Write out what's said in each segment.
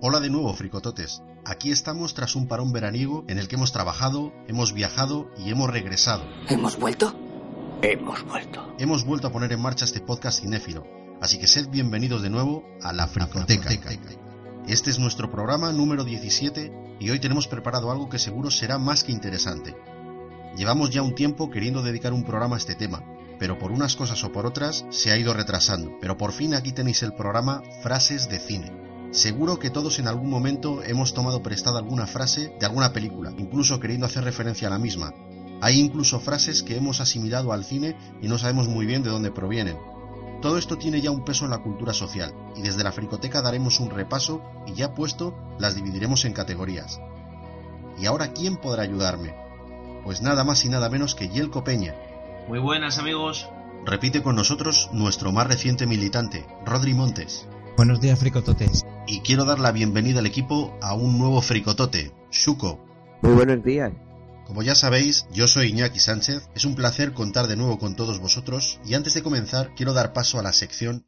Hola de nuevo, fricototes. Aquí estamos tras un parón veraniego en el que hemos trabajado, hemos viajado y hemos regresado. ¿Hemos vuelto? Hemos vuelto. Hemos vuelto a poner en marcha este podcast cinéfilo, así que sed bienvenidos de nuevo a La Fricoteca. Este es nuestro programa número 17 y hoy tenemos preparado algo que seguro será más que interesante. Llevamos ya un tiempo queriendo dedicar un programa a este tema, pero por unas cosas o por otras se ha ido retrasando. Pero por fin aquí tenéis el programa Frases de Cine. Seguro que todos en algún momento hemos tomado prestada alguna frase de alguna película, incluso queriendo hacer referencia a la misma. Hay incluso frases que hemos asimilado al cine y no sabemos muy bien de dónde provienen. Todo esto tiene ya un peso en la cultura social, y desde la Fricoteca daremos un repaso y ya puesto las dividiremos en categorías. ¿Y ahora quién podrá ayudarme? Pues nada más y nada menos que Yelko Peña. Muy buenas, amigos. Repite con nosotros nuestro más reciente militante, Rodri Montes. Buenos días, fricototes. Y quiero dar la bienvenida al equipo a un nuevo fricotote, Shuko. Muy buenos días. Como ya sabéis, yo soy Iñaki Sánchez, es un placer contar de nuevo con todos vosotros, y antes de comenzar quiero dar paso a la sección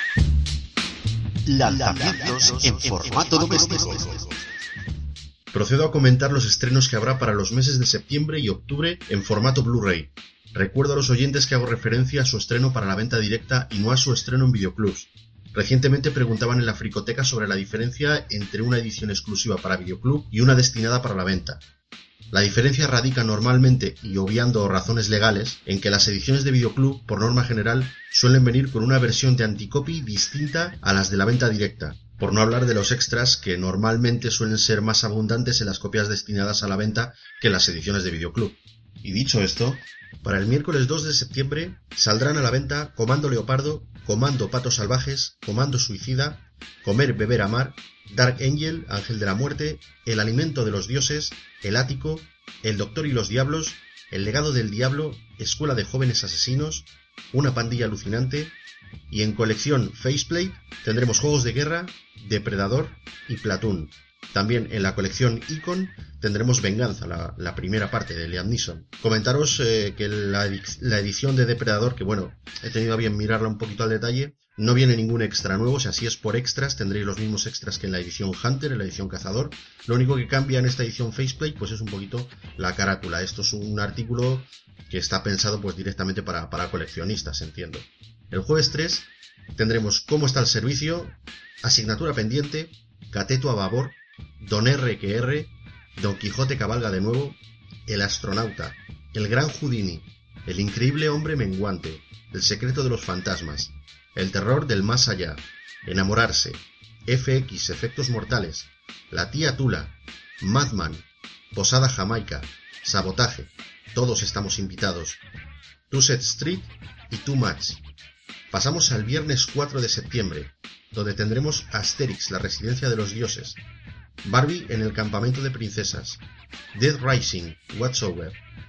Lanzamientos en formato doméstico. Procedo a comentar los estrenos que habrá para los meses de septiembre y octubre en formato Blu-ray. Recuerdo a los oyentes que hago referencia a su estreno para la venta directa y no a su estreno en videoclubs. Recientemente preguntaban en la Fricoteca sobre la diferencia entre una edición exclusiva para videoclub y una destinada para la venta. La diferencia radica normalmente, y obviando razones legales, en que las ediciones de videoclub, por norma general, suelen venir con una versión de anticopy distinta a las de la venta directa, por no hablar de los extras que normalmente suelen ser más abundantes en las copias destinadas a la venta que en las ediciones de videoclub. Y dicho esto, para el miércoles 2 de septiembre saldrán a la venta Comando Leopardo, Comando Patos Salvajes, Comando Suicida, Comer, Beber, Amar, Dark Angel, Ángel de la Muerte, El Alimento de los Dioses, El Ático, El Doctor y los Diablos, El Legado del Diablo, Escuela de Jóvenes Asesinos, Una Pandilla Alucinante, y en colección Faceplate tendremos Juegos de Guerra, Depredador y Platoon. También en la colección Icon tendremos Venganza, la primera parte de Liam Neeson. Comentaros que la edición de Depredador, que bueno, he tenido a bien mirarla un poquito al detalle, no viene ningún extra nuevo, si así es por extras, tendréis los mismos extras que en la edición Hunter, en la edición Cazador. Lo único que cambia en esta edición Faceplate pues es un poquito la carátula. Esto es un artículo que está pensado pues directamente para coleccionistas, entiendo. El jueves 3 tendremos Cómo está el servicio, Asignatura pendiente, Cateto a babor, Don R que R, Don Quijote cabalga de nuevo, El astronauta, El gran Houdini, El increíble hombre menguante, El secreto de los fantasmas, El terror del más allá, Enamorarse, FX efectos mortales, La tía Tula, Madman, Posada Jamaica, Sabotaje, Todos estamos invitados, Tusset Street y Too Much. Pasamos al viernes 4 de septiembre, donde tendremos Asterix, la residencia de los dioses, Barbie en el campamento de princesas, Dead Rising, Whatsoever,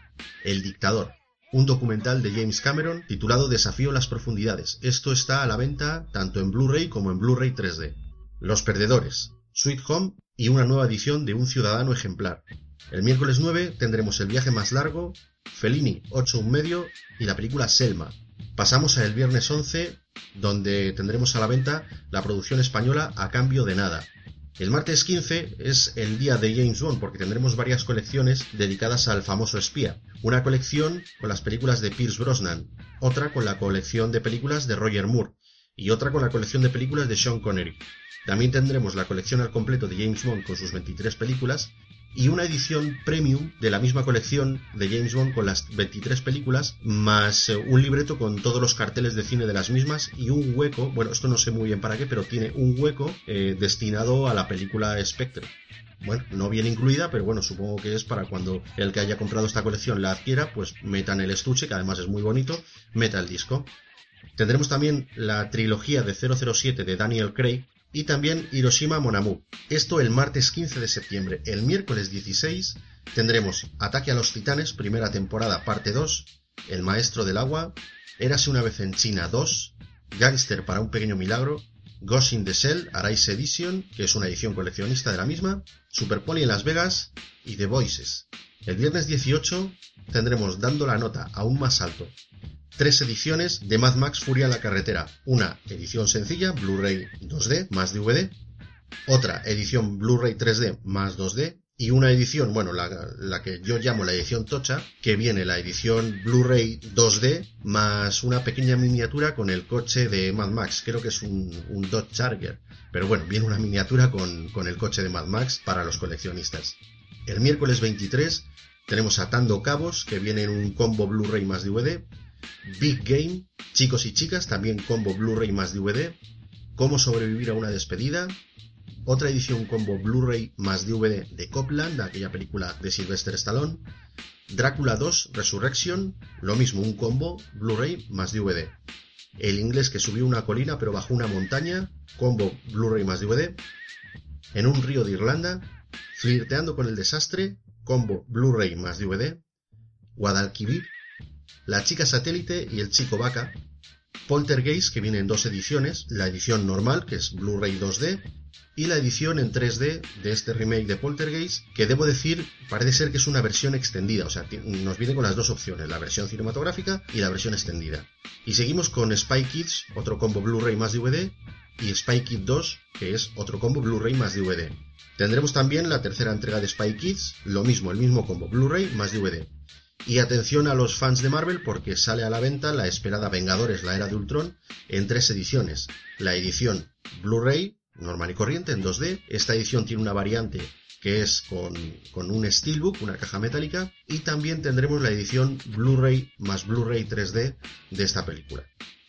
El dictador, un documental de James Cameron titulado Desafío en las profundidades. Esto está a la venta tanto en Blu-ray como en Blu-ray 3D. Los perdedores, Sweet Home y una nueva edición de Un ciudadano ejemplar. El miércoles 9 tendremos El viaje más largo, Fellini 8,5 y la película Selma. Pasamos al viernes 11, donde tendremos a la venta la producción española A cambio de nada. El martes 15 es el día de James Bond, porque tendremos varias colecciones dedicadas al famoso espía. Una colección con las películas de Pierce Brosnan, otra con la colección de películas de Roger Moore y otra con la colección de películas de Sean Connery. También tendremos la colección al completo de James Bond con sus 23 películas y una edición premium de la misma colección de James Bond con las 23 películas, más un libreto con todos los carteles de cine de las mismas y un hueco, bueno, esto no sé muy bien para qué, pero tiene un hueco destinado a la película Spectre. Bueno, no viene incluida, pero bueno, supongo que es para cuando el que haya comprado esta colección la adquiera, pues meta en el estuche, que además es muy bonito, meta el disco. Tendremos también la trilogía de 007 de Daniel Craig, y también Hiroshima Mon Amour. Esto el martes 15 de septiembre. El miércoles 16 tendremos Ataque a los Titanes, primera temporada, parte 2, El maestro del agua, Érase una vez en China 2, Gangster para un pequeño milagro, Ghost in the Shell, Arise Edition, que es una edición coleccionista de la misma, Super Poli en Las Vegas y The Voices. El viernes 18 tendremos Dando la nota aún más alto, 3 ediciones de Mad Max Furia en la carretera, una edición sencilla, Blu-ray 2D más DVD, otra edición Blu-ray 3D más 2D, y una edición, bueno, la que yo llamo la edición tocha, que viene la edición Blu-ray 2D más una pequeña miniatura con el coche de Mad Max. Creo que es un Dodge Charger, pero bueno, viene una miniatura con el coche de Mad Max para los coleccionistas. El miércoles 23 tenemos Atando Cabos, que viene en un combo Blu-ray más DVD. Big Game, chicos y chicas, también combo Blu-ray más DVD. Cómo sobrevivir a una despedida. Otra edición combo Blu-ray más DVD de Copland, aquella película de Sylvester Stallone. Drácula 2 Resurrection, lo mismo, un combo Blu-ray más DVD. El inglés que subió una colina pero bajó una montaña, combo Blu-ray más DVD. En un río de Irlanda, Flirteando con el desastre, combo Blu-ray más DVD. Guadalquivir, La chica satélite y el chico vaca. Poltergeist, que viene en dos ediciones, la edición normal, que es Blu-ray 2D, y la edición en 3D de este remake de Poltergeist, que debo decir, parece ser que es una versión extendida, o sea, nos viene con las dos opciones, la versión cinematográfica y la versión extendida. Y seguimos con Spy Kids, otro combo Blu-ray más DVD, y Spy Kid 2, que es otro combo Blu-ray más DVD. Tendremos también la tercera entrega de Spy Kids, lo mismo, el mismo combo Blu-ray más DVD. Y atención a los fans de Marvel porque sale a la venta la esperada Vengadores, la Era de Ultron, en 3 ediciones. La edición Blu-ray, normal y corriente, en 2D. Esta edición tiene una variante que es con un steelbook, una caja metálica. Y también tendremos la edición Blu-ray más Blu-ray 3D de esta película.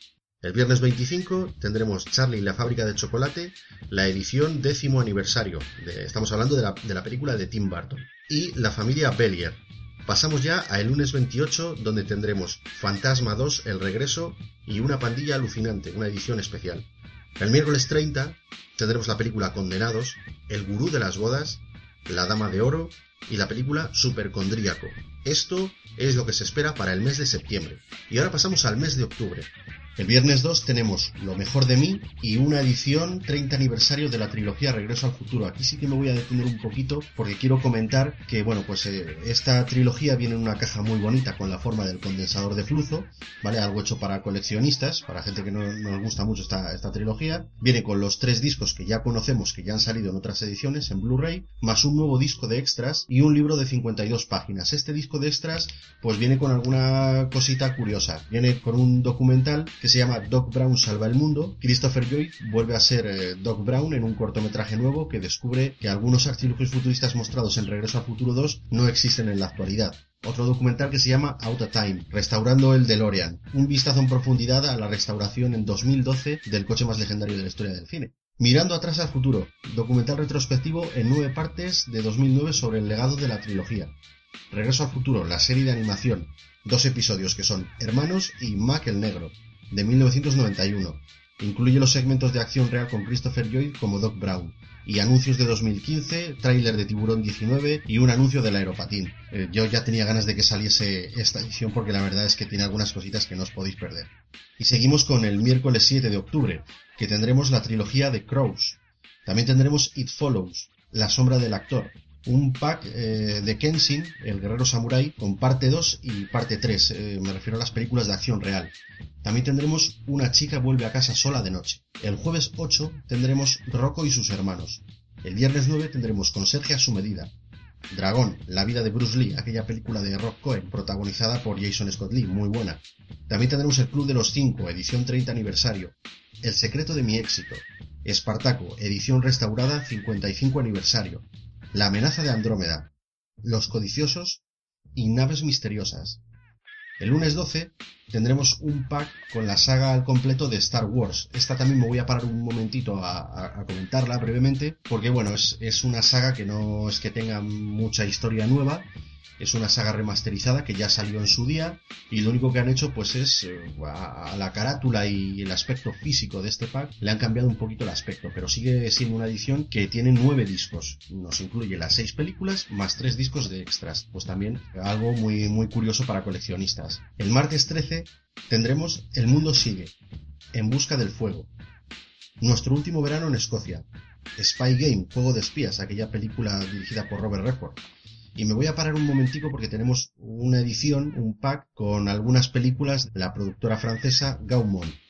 El viernes 25 tendremos Charlie y la fábrica de chocolate, la edición 10º aniversario. Estamos hablando de la película de Tim Burton. Y La familia Bellier. Pasamos ya a el lunes 28, donde tendremos Fantasma 2, El regreso, y Una pandilla alucinante, una edición especial. El miércoles 30 tendremos la película Condenados, El gurú de las bodas, La dama de oro y la película Supercondríaco. Esto es lo que se espera para el mes de septiembre. Y ahora pasamos al mes de octubre. El viernes 2 tenemos Lo mejor de mí y una edición 30 aniversario de la trilogía Regreso al futuro. Aquí sí que me voy a detener un poquito porque quiero comentar que, bueno, pues esta trilogía viene en una caja muy bonita con la forma del condensador de flujo, ¿vale? Algo hecho para coleccionistas, para gente que no nos gusta mucho esta trilogía. Viene con los 3 discos que ya conocemos, que ya han salido en otras ediciones, en Blu-ray, más un nuevo disco de extras y un libro de 52 páginas. Este disco de extras, pues viene con alguna cosita curiosa. Viene con un documental que se llama Doc Brown salva el mundo. Christopher Lloyd vuelve a ser Doc Brown en un cortometraje nuevo que descubre que algunos artilugios futuristas mostrados en Regreso al futuro 2 no existen en la actualidad. Otro documental que se llama Out of Time, restaurando el DeLorean. Un vistazo en profundidad a la restauración en 2012 del coche más legendario de la historia del cine. Mirando atrás al futuro, documental retrospectivo en 9 partes de 2009 sobre el legado de la trilogía. Regreso al futuro, la serie de animación, 2 episodios que son Hermanos y Mac el Negro, de 1991. Incluye los segmentos de acción real con Christopher Lloyd como Doc Brown, y anuncios de 2015, tráiler de Tiburón 19 y un anuncio del aeropatín. Yo ya tenía ganas de que saliese esta edición porque la verdad es que tiene algunas cositas que no os podéis perder. Y seguimos con el miércoles 7 de octubre, que tendremos la trilogía de Crows. También tendremos It Follows, La sombra del actor, un pack de Kenshin, el guerrero samurái, con parte 2 y parte 3, me refiero a las películas de acción real. También tendremos Una chica vuelve a casa sola de noche. El jueves 8 tendremos Rocco y sus hermanos. El viernes 9 tendremos Conserje a su medida. Dragón, la vida de Bruce Lee, aquella película de Rob Cohen, protagonizada por Jason Scott Lee, muy buena. También tendremos El Club de los 5, edición 30 aniversario. El secreto de mi éxito. Espartaco, edición restaurada 55 aniversario. La amenaza de Andrómeda, Los codiciosos y Naves misteriosas. El lunes 12 tendremos un pack con la saga al completo de Star Wars. Esta también me voy a parar un momentito a comentarla brevemente, porque bueno, es una saga que no es que tenga mucha historia nueva. Es una saga remasterizada que ya salió en su día y lo único que han hecho pues es a la carátula y el aspecto físico de este pack le han cambiado un poquito el aspecto, pero sigue siendo una edición que tiene 9 discos. Nos incluye las 6 películas más 3 discos de extras, pues también algo muy, muy curioso para coleccionistas. El martes 13 tendremos El mundo sigue, En busca del fuego. Nuestro último verano en Escocia. Spy Game, Juego de espías, aquella película dirigida por Robert Redford. Y me voy a parar un momentico porque tenemos una edición, un pack con algunas películas de la productora francesa Gaumont.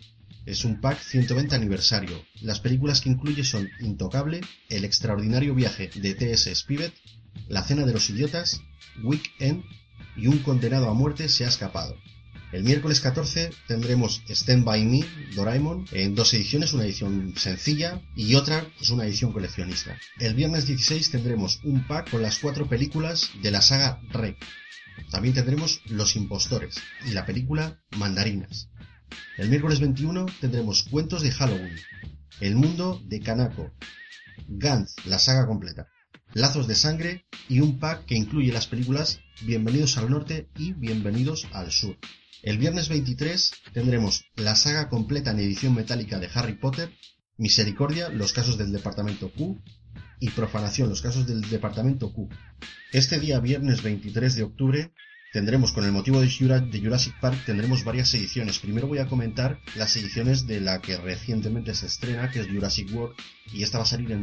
Es un pack 120 aniversario. Las películas que incluye son Intocable, El extraordinario viaje de T.S. Spivet, La cena de los idiotas, Weekend y Un condenado a muerte se ha escapado. El miércoles 14 tendremos Stand By Me, Doraemon, en 2 ediciones, una edición sencilla y otra es una edición coleccionista. El viernes 16 tendremos un pack con las 4 películas de la saga REC. También tendremos Los impostores y la película Mandarinas. El miércoles 21 tendremos Cuentos de Halloween, El mundo de Kanako, Gantz, la saga completa, Lazos de sangre y un pack que incluye las películas Bienvenidos al norte y Bienvenidos al sur. El viernes 23 tendremos la saga completa en edición metálica de Harry Potter, Misericordia, los casos del departamento Q y Profanación, los casos del departamento Q. Este día viernes 23 de octubre tendremos, con el motivo de Jurassic Park, tendremos varias ediciones. Primero voy a comentar las ediciones de la que recientemente se estrena, que es Jurassic World, y esta va a salir en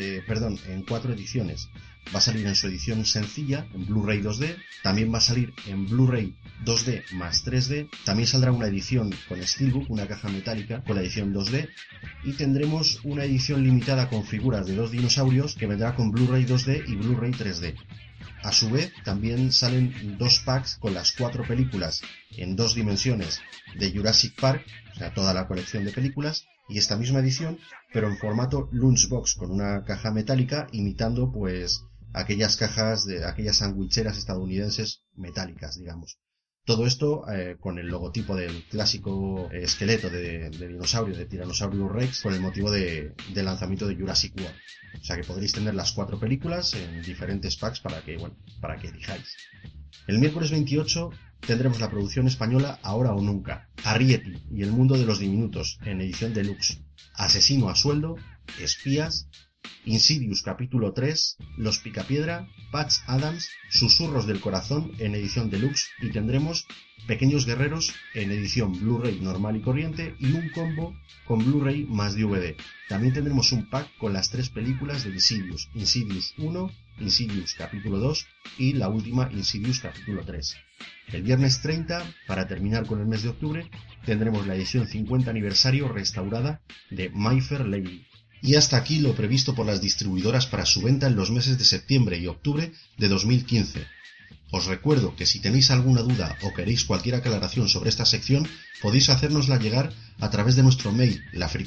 4 ediciones. Va a salir en su edición sencilla, en Blu-ray 2D, también va a salir en Blu-ray 2D más 3D, también saldrá una edición con Steelbook, una caja metálica con la edición 2D, y tendremos una edición limitada con figuras de 2 dinosaurios que vendrá con Blu-ray 2D y Blu-ray 3D. A su vez, también salen 2 packs con las 4 películas en 2 dimensiones de Jurassic Park, o sea, toda la colección de películas, y esta misma edición, pero en formato lunchbox, con una caja metálica imitando, pues, aquellas cajas de aquellas sandwicheras estadounidenses metálicas, digamos. Todo esto con el logotipo del clásico esqueleto de dinosaurio, de Tyrannosaurus Rex, con el motivo del lanzamiento de Jurassic World. O sea que podréis tener las 4 películas en diferentes packs para que elijáis. El miércoles 28 tendremos la producción española Ahora o Nunca, Arrietty y el mundo de los diminutos en edición deluxe, Asesino a sueldo, Espías, Insidious capítulo 3, Los Picapiedra, Patch Adams, Susurros del corazón en edición deluxe y tendremos Pequeños guerreros en edición Blu-ray normal y corriente y un combo con Blu-ray más DVD. También tendremos un pack con las 3 películas de Insidious, Insidious 1, Insidious capítulo 2 y la última Insidious capítulo 3. El viernes 30, para terminar con el mes de octubre, tendremos la edición 50 aniversario restaurada de My Fair Lady. Y hasta aquí lo previsto por las distribuidoras para su venta en los meses de septiembre y octubre de 2015. Os recuerdo que si tenéis alguna duda o queréis cualquier aclaración sobre esta sección, podéis hacérnosla llegar a través de nuestro mail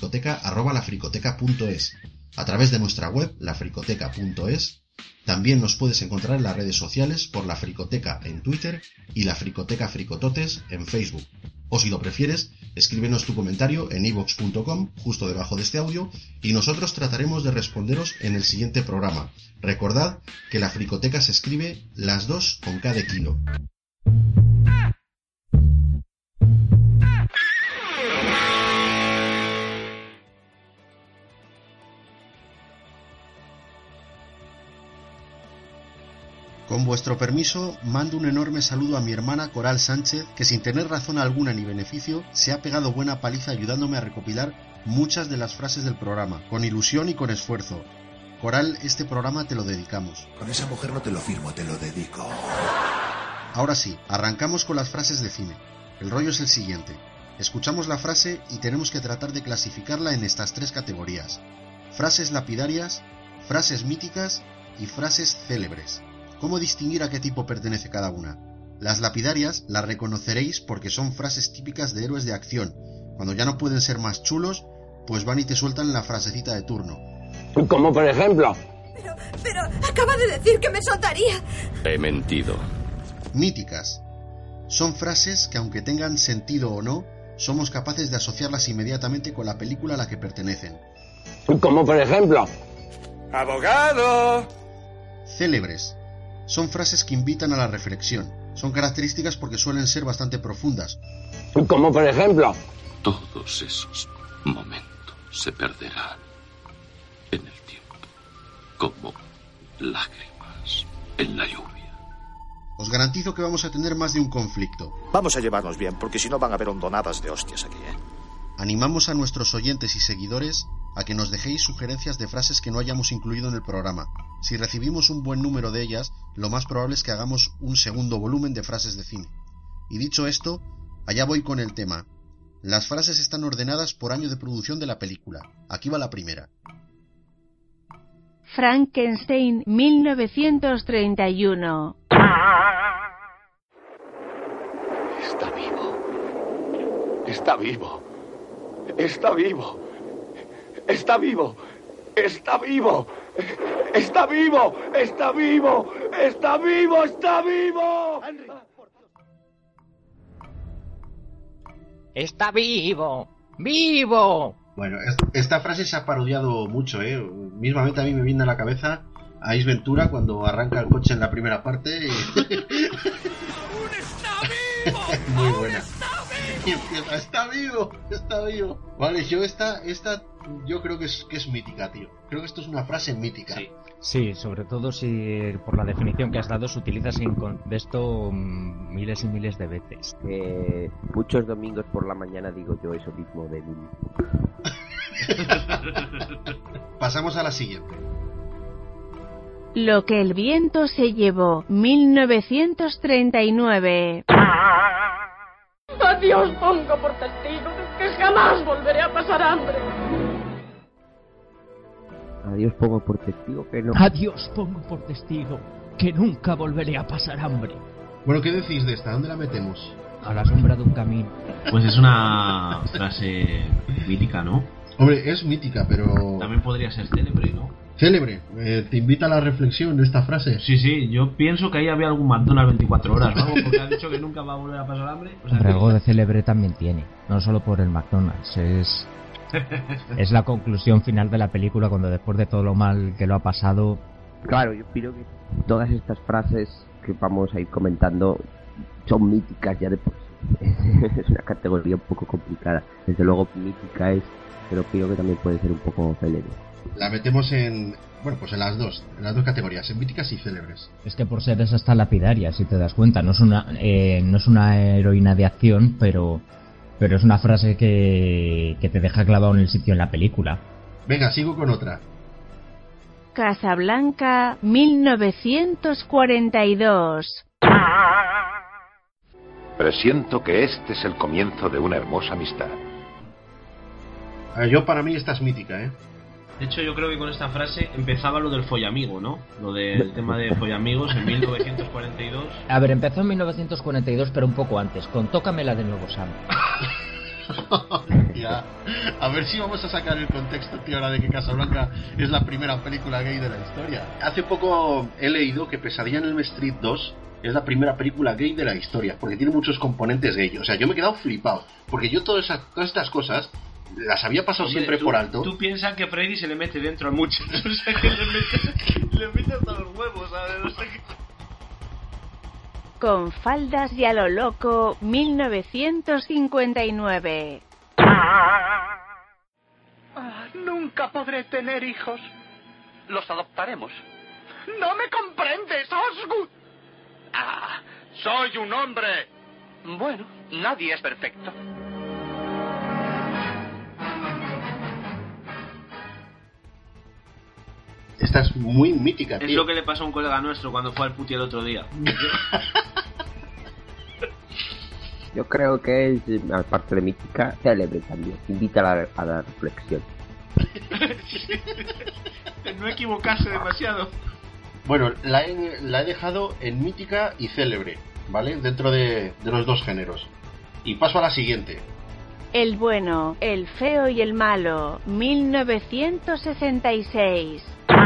lafricoteca@lafricoteca.es, a través de nuestra web lafricoteca.es. También nos puedes encontrar en las redes sociales por La Fricoteca en Twitter y La Fricoteca Fricototes en Facebook. O si lo prefieres, escríbenos tu comentario en iVoox.com, justo debajo de este audio, y nosotros trataremos de responderos en el siguiente programa. Recordad que La Fricoteca se escribe las 2 con K de kilo. Con vuestro permiso, mando un enorme saludo a mi hermana Coral Sánchez, que sin tener razón alguna ni beneficio, se ha pegado buena paliza ayudándome a recopilar muchas de las frases del programa, con ilusión y con esfuerzo. Coral, este programa te lo dedicamos. Con esa mujer no te lo firmo, te lo dedico. Ahora sí, arrancamos con las frases de cine. El rollo es el siguiente. Escuchamos la frase y tenemos que tratar de clasificarla en estas 3 categorías: frases lapidarias, frases míticas y frases célebres. ¿Cómo distinguir a qué tipo pertenece cada una? Las lapidarias las reconoceréis porque son frases típicas de héroes de acción. Cuando ya no pueden ser más chulos, pues van y te sueltan la frasecita de turno. Como por ejemplo... Pero acaba de decir que me soltaría. He mentido. Míticas. Son frases que, aunque tengan sentido o no, somos capaces de asociarlas inmediatamente con la película a la que pertenecen. Como por ejemplo... ¡Abogado! Célebres. Son frases que invitan a la reflexión. Son características porque suelen ser bastante profundas. Como por ejemplo... Todos esos momentos se perderán en el tiempo, como lágrimas en la lluvia. Os garantizo que vamos a tener más de un conflicto. Vamos a llevarnos bien, porque si no van a haber hondonadas de hostias aquí, ¿eh? Animamos a nuestros oyentes y seguidores a que nos dejéis sugerencias de frases que no hayamos incluido en el programa. Si recibimos un buen número de ellas, lo más probable es que hagamos un segundo volumen de frases de cine. Y dicho esto, allá voy con el tema. Las frases están ordenadas por año de producción de la película. Aquí va la primera. Frankenstein, 1931. Está vivo. Está vivo. Está vivo. Está vivo. Está vivo. Está vivo. Está vivo. Está vivo. Está vivo. Está vivo. ¡Vivo! Bueno, esta frase se ha parodiado mucho, ¿eh? Mismamente a mí me viene a la cabeza a Ace Ventura cuando arranca el coche en la primera parte. ¡Aún está vivo! Muy buena. Y empieza, está vivo. Vale, yo esta yo creo que es mítica, tío. Creo que esto es una frase mítica. Sí, sobre todo si por la definición que has dado se utiliza sin contexto miles y miles de veces. Muchos domingos por la mañana digo yo eso mismo de mí. Pasamos a la siguiente. Lo que el viento se llevó, 1939. A Dios pongo por testigo que jamás volveré a pasar hambre. A Dios pongo por testigo que no. A Dios pongo por testigo que nunca volveré a pasar hambre. Bueno, ¿qué decís de esta? ¿Dónde la metemos? A la sombra de un camino. Pues es una frase mítica, ¿no? Hombre, es mítica, pero... También podría ser célebre, ¿no? Célebre. ¿Te invita a la reflexión esta frase? Sí, yo pienso que ahí había algún McDonald's 24 horas, ¿no? Porque ha dicho que nunca va a volver a pasar hambre. O sea, algo de célebre también tiene, no solo por el McDonald's, es la conclusión final de la película cuando después de todo lo mal que lo ha pasado... Claro, yo opino que todas estas frases que vamos a ir comentando son míticas ya de por sí. Es una categoría un poco complicada. Desde luego mítica es, pero opino que también puede ser un poco célebre. La metemos en las dos categorías, en míticas y célebres. Es que por ser esa está lapidaria, si te das cuenta. No es una heroína de acción, pero es una frase que te deja clavado en el sitio en la película. Venga, sigo con otra. Casablanca, 1942. Presiento que este es el comienzo de una hermosa amistad. Para mí esta es mítica, ¿eh? De hecho, yo creo que con esta frase empezaba lo del follamigo, ¿no? Lo del tema de follamigos en 1942. A ver, empezó en 1942, pero un poco antes, con Tócamela de nuevo, Sam. Ya. A ver si vamos a sacar el contexto, tío, ahora de que Casablanca es la primera película gay de la historia. Hace poco he leído que Pesadilla en Elm Street 2 es la primera película gay de la historia, porque tiene muchos componentes gay. O sea, yo me he quedado flipado, porque yo todas estas cosas las había pasado siempre por alto. Tú piensas que Freddy se le mete dentro a muchos, o sea, que le mete hasta los huevos, ¿sabes? O sea, que... Con faldas y a lo loco, 1959. Nunca podré tener hijos. Los adoptaremos. ¡No me comprendes, Osgood! ¡Soy un hombre! Bueno, nadie es perfecto. Esta es muy mítica, tío. Es lo que le pasó a un colega nuestro cuando fue al puti el otro día. Yo creo que es, aparte de mítica, célebre también. Invita a la reflexión. No equivocarse demasiado. Bueno, la he dejado en mítica y célebre, ¿vale? Dentro de los dos géneros. Y paso a la siguiente. El bueno, el feo y el malo, 1966.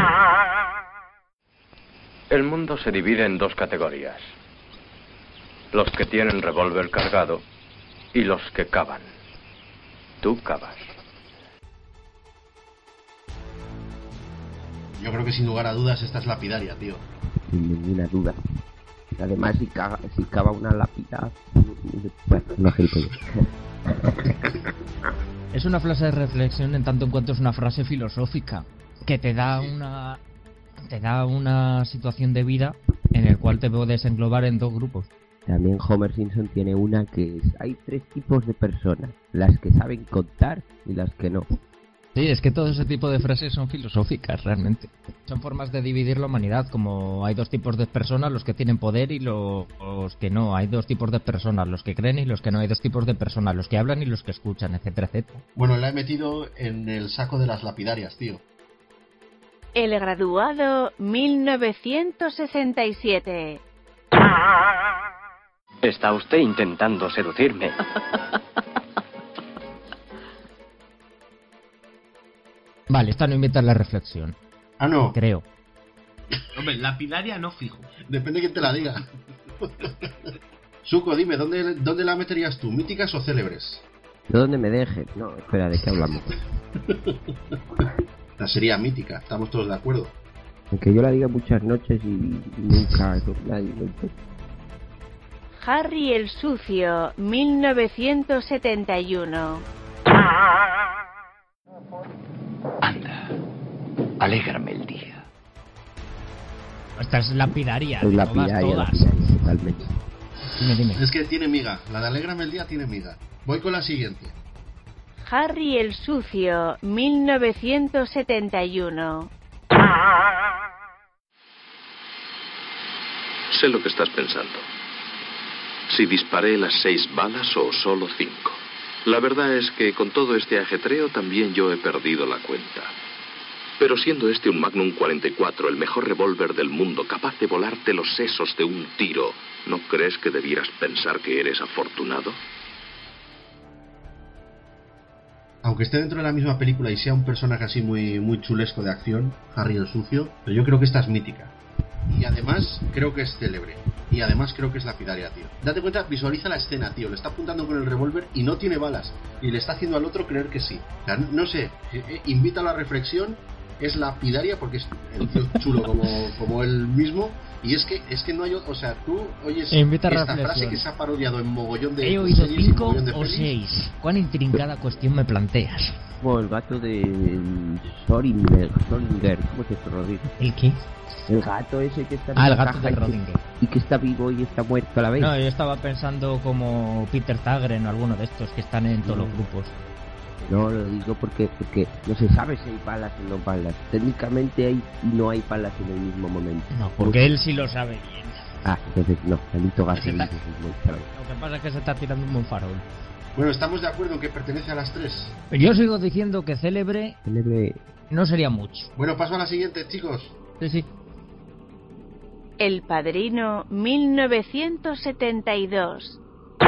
El mundo se divide en dos categorías: los que tienen revólver cargado y los que cavan. Tú cavas. Yo creo que sin lugar a dudas esta es lapidaria, tío. Sin ninguna duda. Además, si cava una lápida... Bueno, no gilipollas. Es una frase de reflexión en tanto en cuanto es una frase filosófica que te da una situación de vida en el cual te puedes englobar en dos grupos. También Homer Simpson tiene una que es: hay tres tipos de personas, las que saben contar y las que no. Sí, es que todo ese tipo de frases son filosóficas, realmente. Son formas de dividir la humanidad, como hay dos tipos de personas, los que tienen poder y los que no. Hay dos tipos de personas, los que creen y los que no. Hay dos tipos de personas, los que hablan y los que escuchan, etcétera, etcétera. Bueno, la he metido en el saco de las lapidarias, tío. El graduado 1967. Está usted intentando seducirme. Vale, esta no invita a la reflexión. Ah, no. Creo. Hombre, lapidaria no fijo. Depende de quién te la diga. Suco, dime, ¿dónde la meterías tú? ¿Míticas o célebres? ¿De dónde me dejes? No, espera, ¿de qué hablamos? La sería mítica, estamos todos de acuerdo. Aunque yo la diga muchas noches y nunca nadie lo entiende. Harry el Sucio, 1971. Anda, alégrame el día. Esta es lapidaria. Es lapidaria, totalmente. Dime. Es que tiene miga, la de alégrame el día tiene miga. Voy con la siguiente. Harry el Sucio, 1971. Sé lo que estás pensando. Si disparé las 6 balas o solo 5. La verdad es que con todo este ajetreo también yo he perdido la cuenta. Pero siendo este un Magnum 44, el mejor revólver del mundo, capaz de volarte los sesos de un tiro, ¿no crees que debieras pensar que eres afortunado? Aunque esté dentro de la misma película y sea un personaje así muy chulesco de acción, Harry el Sucio, pero yo creo que esta es mítica. Y además creo que es célebre. Y además creo que es lapidaria, tío. Date cuenta, visualiza la escena, tío. Le está apuntando con el revólver y no tiene balas. Y le está haciendo al otro creer que sí. O sea, no sé, invita a la reflexión. Es lapidaria porque es el tío chulo como él mismo. Y es que no hay... O sea, tú oyes esta frase que se ha parodiado en mogollón de... He oído 5 o 6. ¿Cuán intrincada cuestión me planteas? Como el gato de Schrödinger. ¿Cómo se llama, Rodrigo? ¿El qué? El gato ese que está en el la gato caja de Schrödinger. Y que está vivo y está muerto a la vez. No, yo estaba pensando como Peter Tagren o alguno de estos que están en todos los grupos. No, lo digo porque no se sabe si hay balas o no balas. Técnicamente hay y no hay balas en el mismo momento. No, porque él sí lo sabe bien. Ah, entonces no, Alito García. Lo que pasa es que se está tirando un buen farol. Bueno, estamos de acuerdo en que pertenece a las 3. Yo sigo diciendo que célebre no sería mucho. Bueno, paso a la siguiente, chicos. Sí. El Padrino, 1972.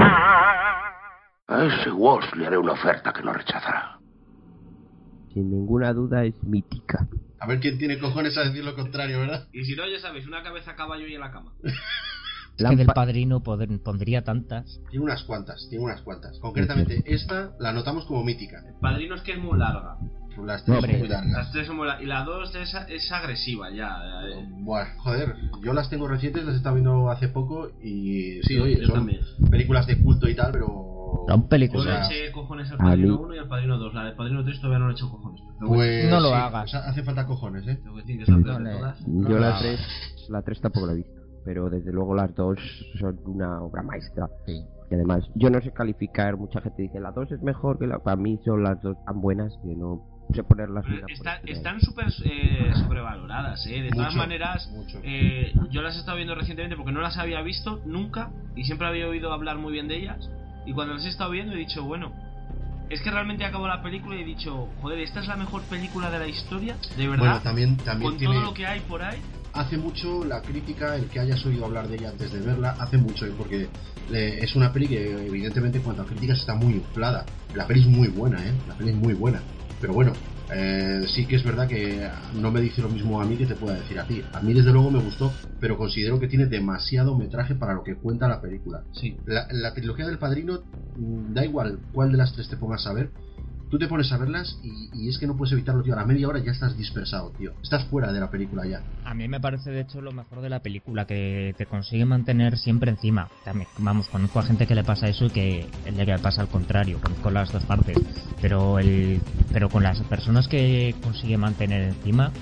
A ese Walsh le haré una oferta que no rechazará. Sin ninguna duda es mítica. A ver quién tiene cojones a decir lo contrario, ¿verdad? Y si no, ya sabéis, una cabeza a caballo y en la cama. Es que del Padrino pondría tantas. Tiene unas cuantas. Concretamente, esta la notamos como mítica. El Padrino es que es muy larga. Las 3 son muy largas. Las 3 son muy largas. Y la 2 es agresiva ya. Bueno, joder, yo las tengo recientes, las he estado viendo hace poco y sí, oye, yo son también. Películas de culto y tal, pero... Son películas. Yo le eché cojones al Padrino 1 y al Padrino 2. La del Padrino 3 todavía no le he hecho cojones. Pues no lo sí, hagas. O sea, hace falta cojones, ¿eh? Tengo que decir que son peor de todas. Yo la 3 tampoco la he visto. Pero desde luego las 2 son una obra maestra. Sí. Y además, yo no sé calificar, mucha gente dice la 2 es mejor que la... Para mí son las 2 tan buenas que no sé ponerlas una están súper sobrevaloradas, de todas maneras. Yo las he estado viendo recientemente porque no las había visto nunca y siempre había oído hablar muy bien de ellas. Y cuando las he estado viendo he dicho, bueno, es que realmente acabo la película y he dicho, joder, esta es la mejor película de la historia, de verdad. Bueno, también con tiene... todo lo que hay por ahí. Hace mucho la crítica, el que hayas oído hablar de ella antes de verla, hace mucho, porque es una peli que evidentemente en cuanto a críticas está muy inflada. La peli es muy buena, la peli es muy buena. Pero bueno, sí que es verdad que no me dice lo mismo a mí que te pueda decir a ti. A mí desde luego me gustó, pero considero que tiene demasiado metraje para lo que cuenta la película. Sí. La trilogía del Padrino, da igual cuál de las 3 te pongas a ver, tú te pones a verlas y es que no puedes evitarlo, tío. A la media hora ya estás dispersado, tío. Estás fuera de la película ya. A mí me parece, de hecho, lo mejor de la película, que te consigue mantener siempre encima. También, vamos, conozco a gente que le pasa eso y que le pasa al contrario. Conozco las dos partes. Pero con las personas que consigue mantener encima,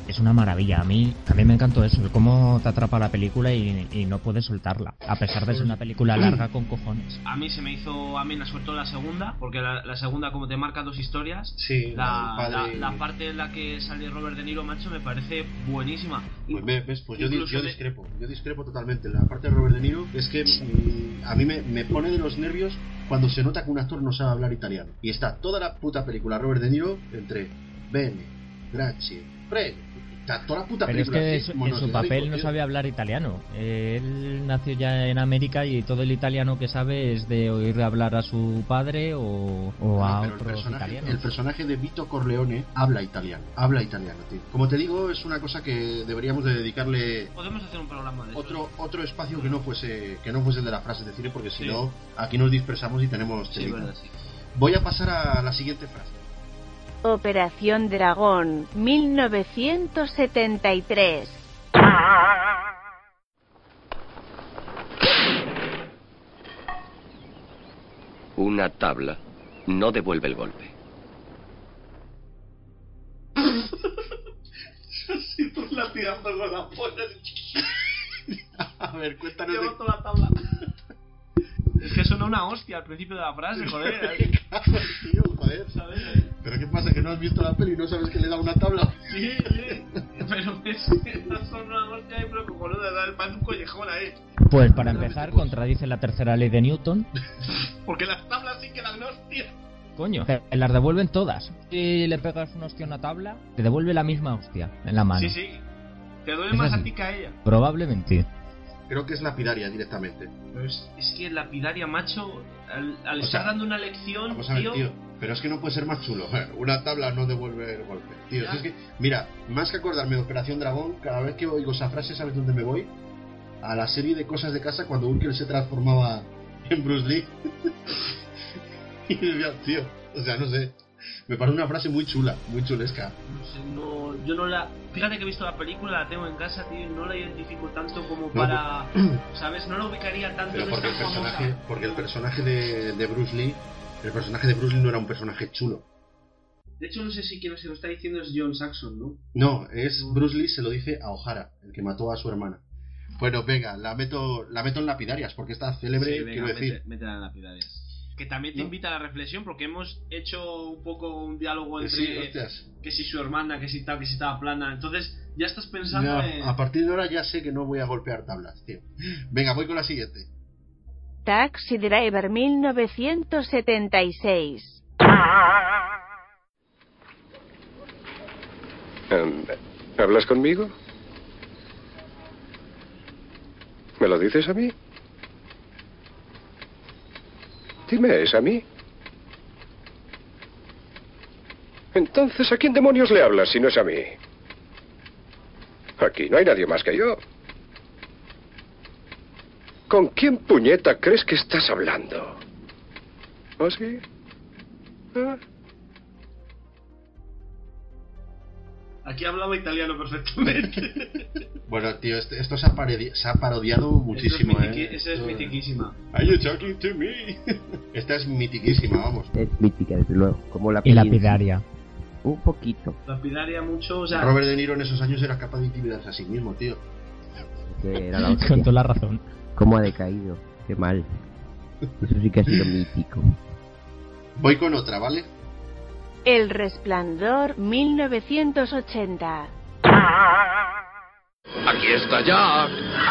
es una maravilla. A mí me encantó eso, cómo te atrapa la película y no puedes soltarla, a pesar de ser una película larga con cojones. A mí se me hizo amena, sobre todo la segunda, porque la segunda, como te marca dos historias, sí, la parte en la que sale Robert De Niro, macho, me parece buenísima. Pues ves, pues yo discrepo totalmente. La parte de Robert De Niro es que a mí me pone de los nervios cuando se nota que un actor no sabe hablar italiano. Y está toda la puta película Robert De Niro entre bene, grazie, prego. Está toda la puta película. Pero es que en su papel no sabe hablar italiano. Él nació ya en América y todo el italiano que sabe es de oír hablar a su padre o a otros italianos. El personaje de Vito Corleone habla italiano, tío. Como te digo, es una cosa que deberíamos de dedicarle. Podemos hacer un programa de otro espacio que no fuese el de las frases de cine, porque si no, aquí nos dispersamos y tenemos telita. Sí. Voy a pasar a la siguiente frase. Operación Dragón, 1973. Una tabla no devuelve el golpe. Si tú la tirando con la polla. A ver, cuéntanos. Llevo toda la tabla. Es que suena una hostia al principio de la frase, joder. Tío, joder, ¿sabes? ¿Pero qué pasa? ¿Que no has visto la peli y no sabes que le da una tabla? Sí. Pero son una hostia ahí, pero cojonuda, ¿sabes? Parece un collejón ahí. Pues para empezar, contradice la tercera ley de Newton. Porque las tablas sí que dan hostia. Coño, las devuelven todas. Si le pegas una hostia a una tabla, te devuelve la misma hostia en la mano. Sí. Te duele más a ti que a ella. Probablemente. Creo que es lapidaria directamente. Pero es que lapidaria, macho, al estar dando una lección, vamos a ver, tío. Pero es que no puede ser más chulo. Una tabla no devuelve el golpe. Tío, es que, mira, más que acordarme de Operación Dragón, cada vez que oigo esa frase, ¿sabes dónde me voy? A la serie de Cosas de Casa cuando Urkel se transformaba en Bruce Lee. Y decía, tío, o sea, no sé. Me parece una frase muy chula, muy chulesca. Yo no la... Fíjate que he visto la película, la tengo en casa, tío, y no la identifico tanto como para... ¿Sabes? No la ubicaría tanto. Pero porque el personaje de Bruce Lee... El personaje de Bruce Lee no era un personaje chulo. De hecho, no sé si quien se lo está diciendo es John Saxon, ¿no? No, es Bruce Lee, se lo dice a O'Hara, el que mató a su hermana. Bueno, venga, la meto en lapidarias, porque está célebre, quiero decir. Métela en lapidarias. Que también te invita a la reflexión, porque hemos hecho un poco un diálogo entre que si su hermana, que si tal, que si estaba plana. Entonces ya estás pensando en... A partir de ahora ya sé que no voy a golpear tablas, tío. Venga, voy con la siguiente. Taxi Driver, 1976. ¿Hablas conmigo? ¿Me lo dices a mí? Dime, ¿es a mí? Entonces, ¿a quién demonios le hablas si no es a mí? Aquí no hay nadie más que yo. ¿Con quién puñeta crees que estás hablando? ¿Oh, sí? ¿Ah? Aquí hablaba italiano perfectamente. Bueno, tío, esto se ha parodiado muchísimo, Esa es mitiquísima. Are you talking to me? Esta es mitiquísima, vamos. Es mítica, desde luego. Como la y lapidaria. Un poquito. Lapidaria mucho, o sea... Robert De Niro en esos años era capaz de intimidarse a sí mismo, tío. Que era la hostia. Con toda la razón. ¿Cómo ha decaído? Qué mal. Eso sí que ha sido mítico. Voy con otra, ¿vale? El Resplandor, 1980. Aquí está Jack.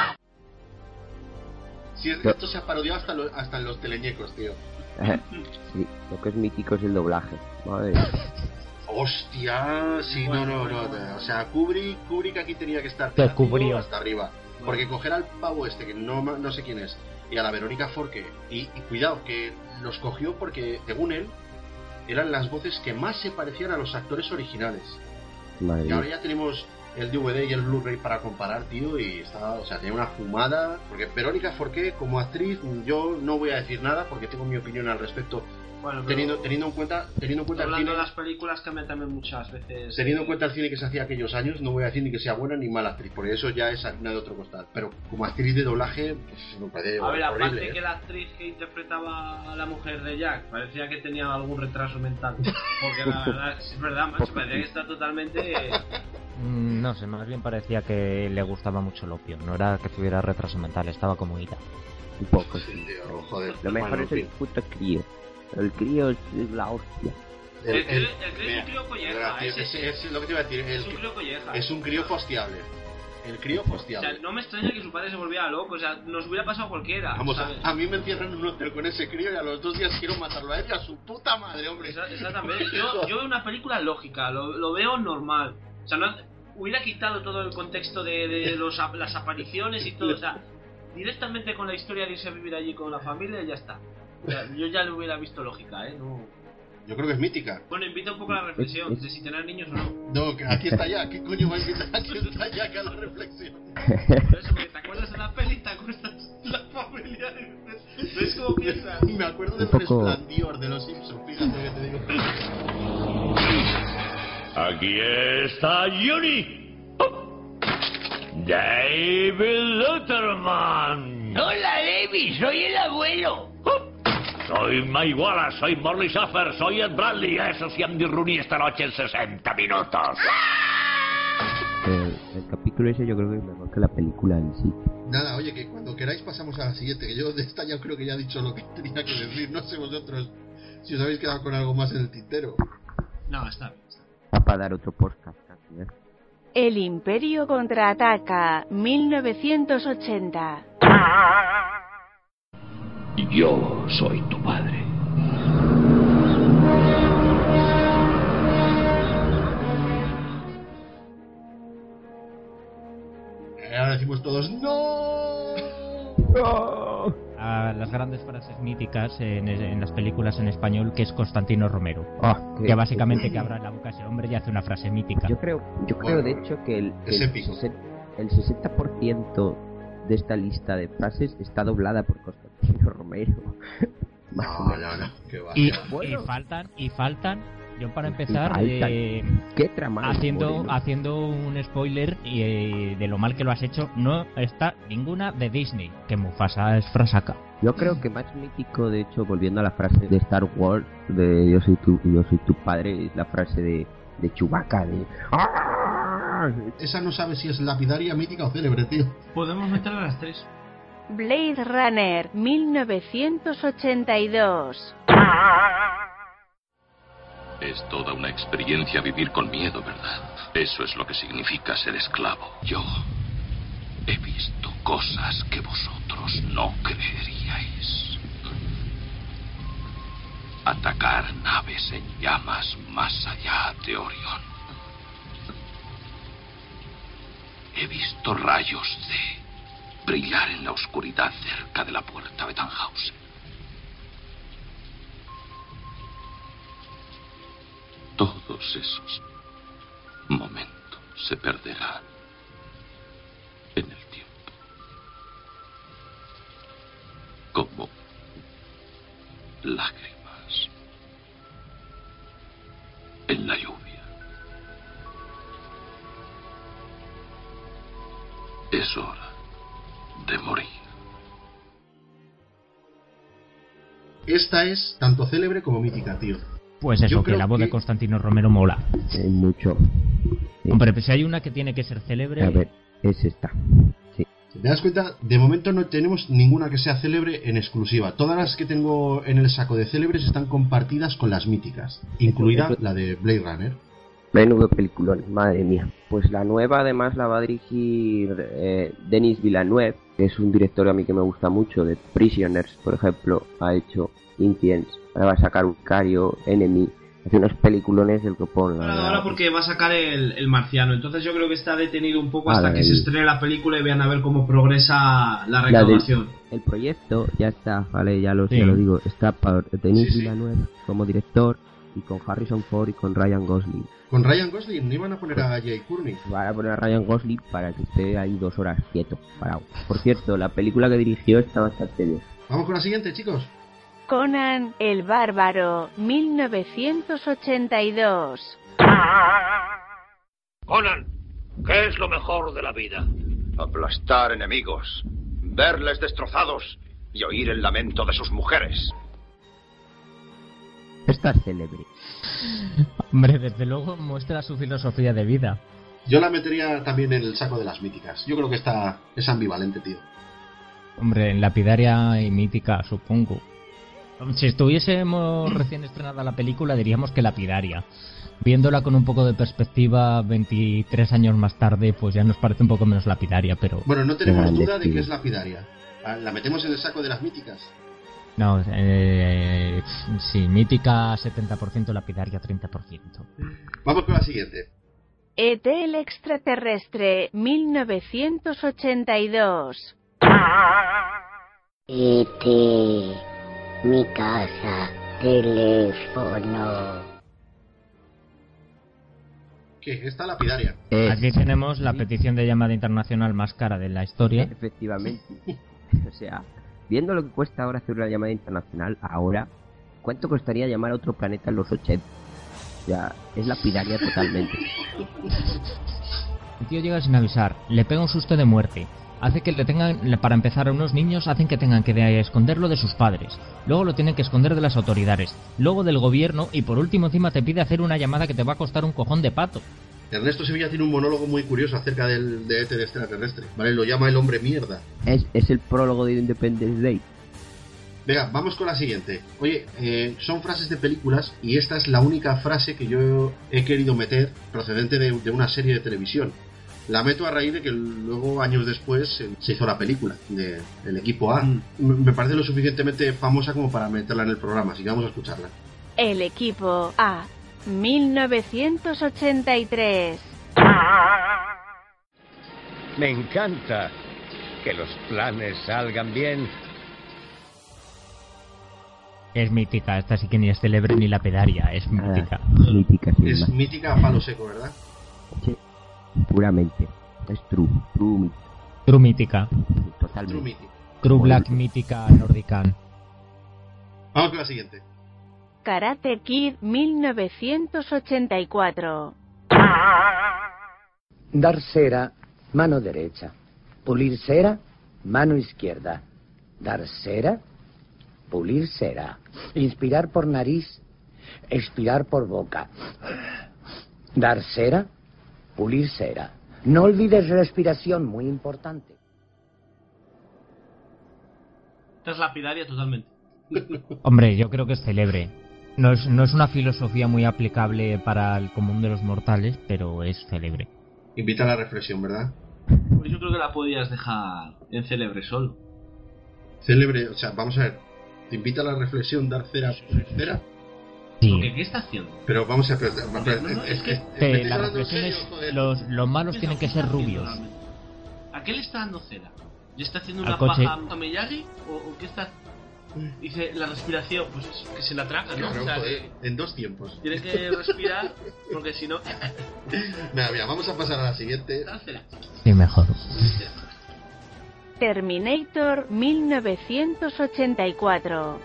Sí, esto se ha parodiado hasta en los teleñecos, tío. Sí, lo que es mítico es el doblaje. Madre mía. Hostia, sí, no. O sea, Kubrick aquí tenía que estar cubrió hasta arriba. Porque coger al pavo este, que no sé quién es, y a la Verónica Forqué, y cuidado, que los cogió porque, según él, eran las voces que más se parecían a los actores originales. Madre y ahora ya tenemos el DVD y el Blu-ray para comparar, tío, y está, o sea, tiene una fumada. Porque Verónica Forqué, como actriz, yo no voy a decir nada porque tengo mi opinión al respecto. Bueno, teniendo en cuenta hablando el cine, de las películas cambian también muchas veces. Teniendo en cuenta el cine que se hacía aquellos años, no voy a decir ni que sea buena ni mala actriz, porque eso ya es harina de otro costal. Pero como actriz de doblaje, pues me parece horrible. A ver, aparte que la actriz que interpretaba a la mujer de Jack parecía que tenía algún retraso mental. Porque la verdad, es verdad, macho, parecía que está totalmente No sé, más bien parecía que le gustaba mucho el opio. No era que tuviera retraso mental, estaba como ira. Un poco, sí. Tío, joder. Lo mejor es el puto crío. El crío es la hostia. El crío es un crío colleja. Es lo que te iba a decir. Es un crío colleja. Es un crío fostiable. El crío fostiable. O sea, no me extraña que su padre se volviera loco. O sea, nos hubiera pasado a cualquiera. Vamos, ¿sabes? a mí me encierran en un hotel con ese crío y a los 2 días quiero matarlo a él y a su puta madre, hombre. Exactamente. Yo veo una película lógica, lo veo normal. O sea, no hubiera quitado todo el contexto de las apariciones y todo. O sea, directamente con la historia de irse a vivir allí con la familia y ya está. O sea, yo ya lo hubiera visto lógica, No. Yo creo que es mítica. Bueno, invita un poco a la reflexión de si tener niños o no. No, que aquí está ya. ¿Qué coño va a invitar? Aquí está ya que a la reflexión. Por eso, porque te acuerdas de la peli, te acuerdas de la familia. ¿Ves cómo piensas? Me acuerdo del Resplandor de los Simpsons, fíjate que te digo. Aquí está Johnny. David Letterman. Hola, David, soy el abuelo. Soy Mike Wallace, soy Morley Safer, soy Ed Bradley. Eso sí, Andy Rooney esta noche en 60 minutos. El capítulo ese yo creo que es mejor que la película en sí. Nada, oye, que cuando queráis pasamos a la siguiente, que yo de esta ya creo que ya he dicho lo que tenía que decir. No sé vosotros si os habéis quedado con algo más en el tintero. No, está bien. Para dar otro podcast casi, ¿eh? El Imperio contraataca, 1980. Yo soy tu padre. Ahora decimos todos ¡no! Las grandes frases míticas en las películas en español, que es Constantino Romero. Que básicamente que abra la boca ese hombre y hace una frase mítica. Yo creo de hecho que el 60% de esta lista de frases está doblada por Constantino Romero. No, que va. Y faltan. Yo para empezar, ¿qué trama? haciendo un spoiler de lo mal que lo has hecho, no está ninguna de Disney, que Mufasa es frasaca. Yo creo que más mítico, de hecho, volviendo a la frase de Star Wars, de yo soy tu padre, es la frase de Chewbacca, de esa no sabe si es lapidaria, mítica o célebre, tío. Podemos meterla a las 3. Blade Runner, 1982. Es toda una experiencia vivir con miedo, ¿verdad? Eso es lo que significa ser esclavo. Yo he visto cosas que vosotros no creeríais. Atacar naves en llamas más allá de Orión. He visto rayos de brillar en la oscuridad cerca de la puerta de Tannhausen. Todos esos momentos se perderán en el tiempo. Como lágrimas en la lluvia. Es hora de morir. Esta es tanto célebre como mítica, tío. Pues eso, que la voz de Constantino Romero mola. Mucho. Sí. Hombre, pues si hay una que tiene que ser célebre... A ver, es esta. Sí. Si te das cuenta, de momento no tenemos ninguna que sea célebre en exclusiva. Todas las que tengo en el saco de célebres están compartidas con las míticas, incluida la de Blade Runner. Menudo peliculón, madre mía. Pues la nueva además la va a dirigir Denis Villeneuve, que es un director a mí que me gusta mucho, de Prisoners, por ejemplo, ha hecho Incidents, ahora va a sacar Cario, Enemy, hace unos peliculones del copón. Ahora porque va a sacar el Marciano, entonces yo creo que está detenido un poco hasta que se estrene la película y vean a ver cómo progresa la recaudación. El proyecto ya está, vale, ya lo digo, está para Denis Villeneuve como director y con Harrison Ford y con Ryan Gosling. Con Ryan Gosling, ¿no iban a poner a Jay Courtney? Van a poner a Ryan Gosling para que esté ahí 2 horas quieto, parado. Por cierto, la película que dirigió está bastante bien. Vamos con la siguiente, chicos. Conan el Bárbaro, 1982. Conan, ¿qué es lo mejor de la vida? Aplastar enemigos, verles destrozados y oír el lamento de sus mujeres. Esta es célebre. Hombre, desde luego muestra su filosofía de vida. Yo la metería también en el saco de las míticas. Yo creo que esta es ambivalente, tío. Hombre, en lapidaria y mítica, supongo. Si estuviésemos recién estrenada la película, diríamos que lapidaria. Viéndola con un poco de perspectiva 23 años más tarde, pues ya nos parece un poco menos lapidaria, pero... Bueno, no tenemos duda de que es lapidaria. ¿La metemos en el saco de las míticas? No, sí, mítica 70%, lapidaria 30%. Vamos con la siguiente. ET el extraterrestre, 1982. ET, mi casa, teléfono. ¿Qué? Esta lapidaria. Aquí tenemos la petición de llamada internacional más cara de la historia. Efectivamente. O sea, viendo lo que cuesta ahora hacer una llamada internacional, ahora, ¿cuánto costaría llamar a otro planeta en los 80? O sea, es lapidaria totalmente. El tío llega sin avisar, le pega un susto de muerte. Hace que le tengan, para empezar, a unos niños hacen que tengan que esconderlo de sus padres. Luego lo tienen que esconder de las autoridades. Luego del gobierno y por último encima te pide hacer una llamada que te va a costar un cojón de pato. Ernesto Sevilla tiene un monólogo muy curioso acerca de ET de extraterrestre. Vale, lo llama el hombre mierda. Es el prólogo de Independence Day. Venga, vamos con la siguiente. Oye, son frases de películas y esta es la única frase que yo he querido meter procedente de una serie de televisión. La meto a raíz de que luego, años después, se hizo la película de El Equipo A. Me parece lo suficientemente famosa como para meterla en el programa, así que vamos a escucharla. El Equipo A, 1983. Me encanta que los planes salgan bien. Es mítica, esta sí que ni es célebre ni lapidaria, es mítica. Mítica, sí, es mítica a palo seco, ¿verdad? Sí. Puramente. Es true mítica. Totalmente. True black mítica nordican. Vamos con la siguiente. Karate Kid, 1984. Dar cera, mano derecha. Pulir cera, mano izquierda. Dar cera, pulir cera. Inspirar por nariz, expirar por boca. Dar cera, pulir cera. No olvides respiración, muy importante. Esta es lapidaria totalmente. Hombre, yo creo que es célebre. No es una filosofía muy aplicable para el común de los mortales, pero es célebre. Invita a la reflexión, ¿verdad? Pues yo creo que la podías dejar en célebre solo. Célebre, o sea, vamos a ver. ¿Te invita a la reflexión dar cera? ¿Cera? Sí. Porque, ¿qué está haciendo? Pero vamos a... la reflexión es... Los malos tienen que ser rubios. ¿A qué le está dando cera? ¿Le está haciendo una paja a Miyagi? ¿O qué está...? Dice, la respiración, pues que se la traga, ¿no? Claro, o sea, en dos tiempos. Tiene que respirar, porque si no... Nada, mira, vamos a pasar a la siguiente. Sí, mejor. Terminator, 1984.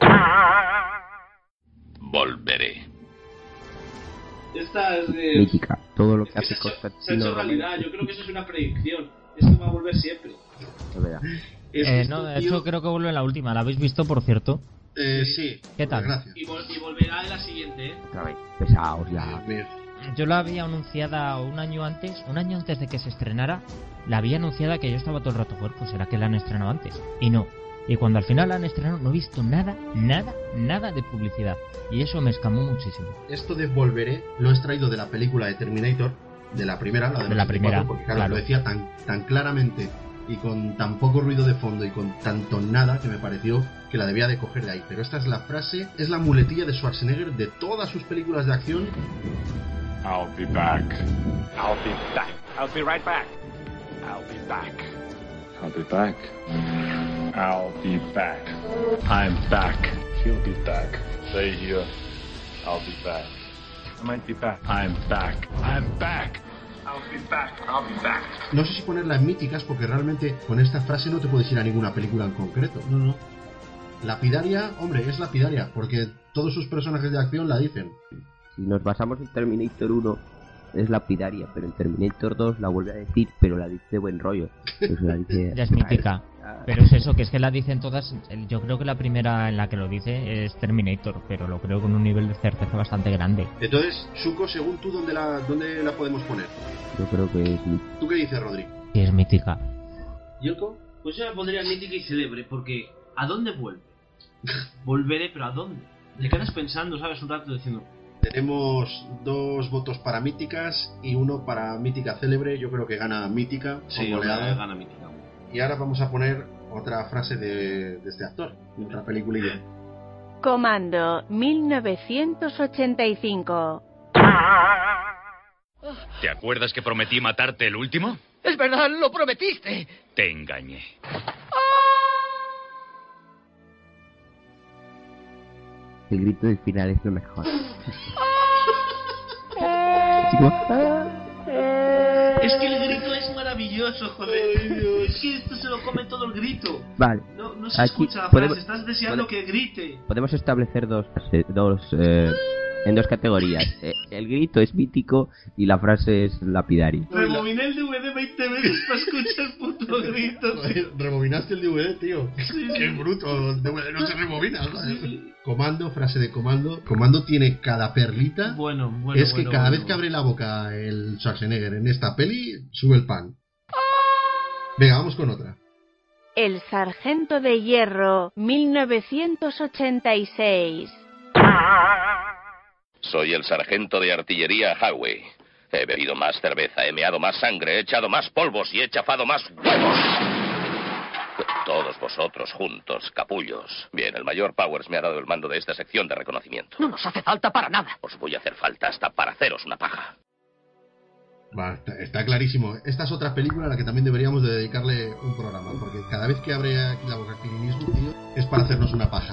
Volveré. Esta es de... Mítica. Todo lo que hace se ha Constantino hecho realidad. Yo creo que eso es una predicción. Esto va a volver siempre. Es verdad. No, de hecho creo que vuelve en la última. ¿La habéis visto, por cierto? Sí. ¿Qué tal? Gracias. Y volverá en la siguiente, ¿eh? Otra vez. Pesaos ya. Yo la había anunciada un año antes de que se estrenara. La había anunciada que yo estaba todo el rato, pues será que la han estrenado antes. Y no. Y cuando al final la han estrenado no he visto nada de publicidad. Y eso me escamó muchísimo. Esto de Volveré lo he extraído de la película de Terminator, de la primera, la de la primera, porque claro, lo decía tan claramente y con tan poco ruido de fondo y con tanto nada que me pareció que la debía de coger de ahí. Pero esta es la frase, es la muletilla de Schwarzenegger de todas sus películas de acción. I'll be back. I'll be back. I'll be right back. I'll be back. I'll be back. I'll be back. I'm back. He'll be back. Stay here. I'll be back. I might be back. I'm back. I'm back. I'll be back. I'll be back. No sé si ponerla en míticas porque realmente con esta frase no te puedes ir a ninguna película en concreto. No. Lapidaria, hombre, es lapidaria porque todos sus personajes de acción la dicen. Si nos basamos en Terminator 1 es lapidaria, pero en Terminator 2 la vuelve a decir, pero la dice de buen rollo. Pues la dice, ya es mítica. Pero es eso, que es que la dicen todas. Yo creo que la primera en la que lo dice es Terminator, pero lo creo con un nivel de certeza bastante grande. Entonces, Suco, según tú, ¿dónde la podemos poner? Yo creo que es mítica. ¿Tú qué dices, Rodri? Sí, es mítica. ¿Yoko? Pues yo la pondría mítica y célebre, porque ¿a dónde vuelve? Volveré, pero ¿a dónde? Te quedas pensando, ¿sabes? Un rato diciendo... Tenemos 2 votos para míticas y 1 para mítica célebre. Yo creo que gana mítica. Sí, gana mítica. Y ahora vamos a poner otra frase de este actor, otra peliculilla. Comando 1985. ¿Te acuerdas que prometí matarte el último? Es verdad, lo prometiste. Te engañé. El grito del final es lo mejor. Es que el grito es maravilloso, joder. Es que esto se lo come todo el grito. Vale. No se aquí escucha la frase, estás deseando que grite. Podemos establecer en dos categorías. El grito es mítico y la frase es lapidaria. Rebobiné el DVD 20 veces para escuchar el puto grito. Joder, rebobinaste el DVD, tío. Sí. Qué bruto, el DVD no se rebobina. Sí. Comando, frase de Comando. Comando tiene cada perlita. Bueno. Es que cada vez que abre la boca el Schwarzenegger en esta peli, sube el pan. Venga, vamos con otra. El Sargento de Hierro 1986. Soy el sargento de artillería Howe. He bebido más cerveza, he meado más sangre, he echado más polvos y he chafado más huevos. Todos vosotros juntos, capullos. Bien, el mayor Powers me ha dado el mando de esta sección de reconocimiento. No nos hace falta para nada. Os voy a hacer falta hasta para haceros una paja. Está clarísimo. Esta es otra película a la que también deberíamos de dedicarle un programa, porque cada vez que abre aquí la boca Clint Eastwood, tío, es para hacernos una paja.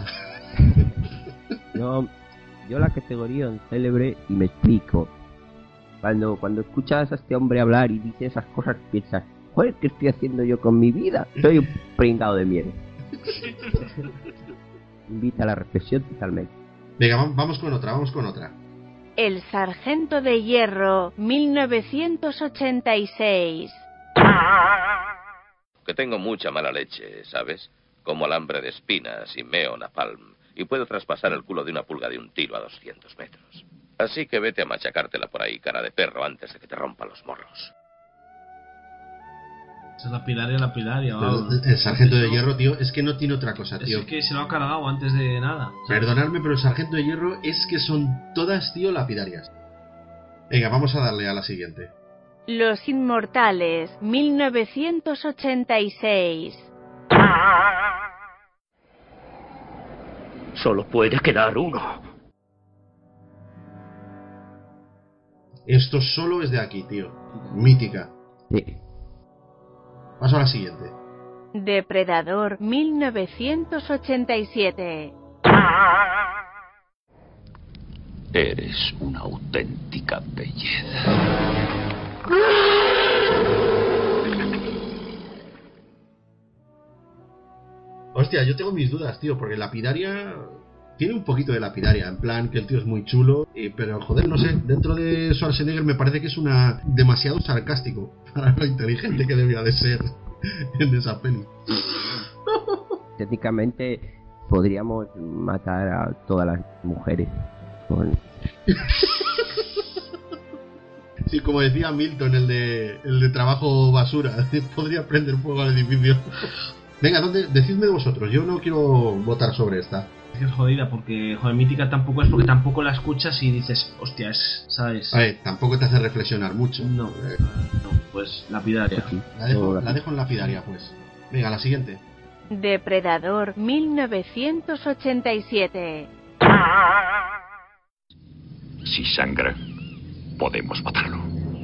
Yo la categoría en célebre y me explico. Cuando escuchas a este hombre hablar y dice esas cosas, piensas, joder, ¿qué estoy haciendo yo con mi vida? Soy un pringado de mierda. Invita a la reflexión totalmente. Venga, vamos con otra. El Sargento de Hierro 1986. Que tengo mucha mala leche, ¿sabes? Como alambre de espinas y meo napalm. Y puedo traspasar el culo de una pulga de un tiro a 200 metros. Así que vete a machacártela por ahí, cara de perro, antes de que te rompa los morros. Esa es lapidaria. El Sargento de Hierro, tío, es que no tiene otra cosa, tío. Es que se lo ha cargado antes de nada. Perdonadme, pero el Sargento de Hierro es que son todas, tío, lapidarias. Venga, vamos a darle a la siguiente. Los Inmortales 1986. Solo puede quedar uno. Esto solo es de aquí, tío. Mítica. Sí. Paso a la siguiente. Depredador 1987. Eres una auténtica belleza. Hostia, yo tengo mis dudas, tío, porque lapidaria tiene un poquito de lapidaria, en plan que el tío es muy chulo, pero joder, no sé, dentro de Schwarzenegger me parece que es demasiado sarcástico para lo inteligente que debía de ser en esa peli. Técnicamente podríamos matar a todas las mujeres con... Sí, como decía Milton, el de trabajo basura, podría prender fuego al edificio. Venga, decidme vosotros, yo no quiero votar sobre esta. Es jodida, porque joder, mítica tampoco es, porque tampoco la escuchas y dices, hostia, ¿sabes? A ver, tampoco te hace reflexionar mucho. No, pues lapidaria. La dejo en lapidaria, pues. Venga, la siguiente. Depredador 1987. Si sangra, podemos matarlo.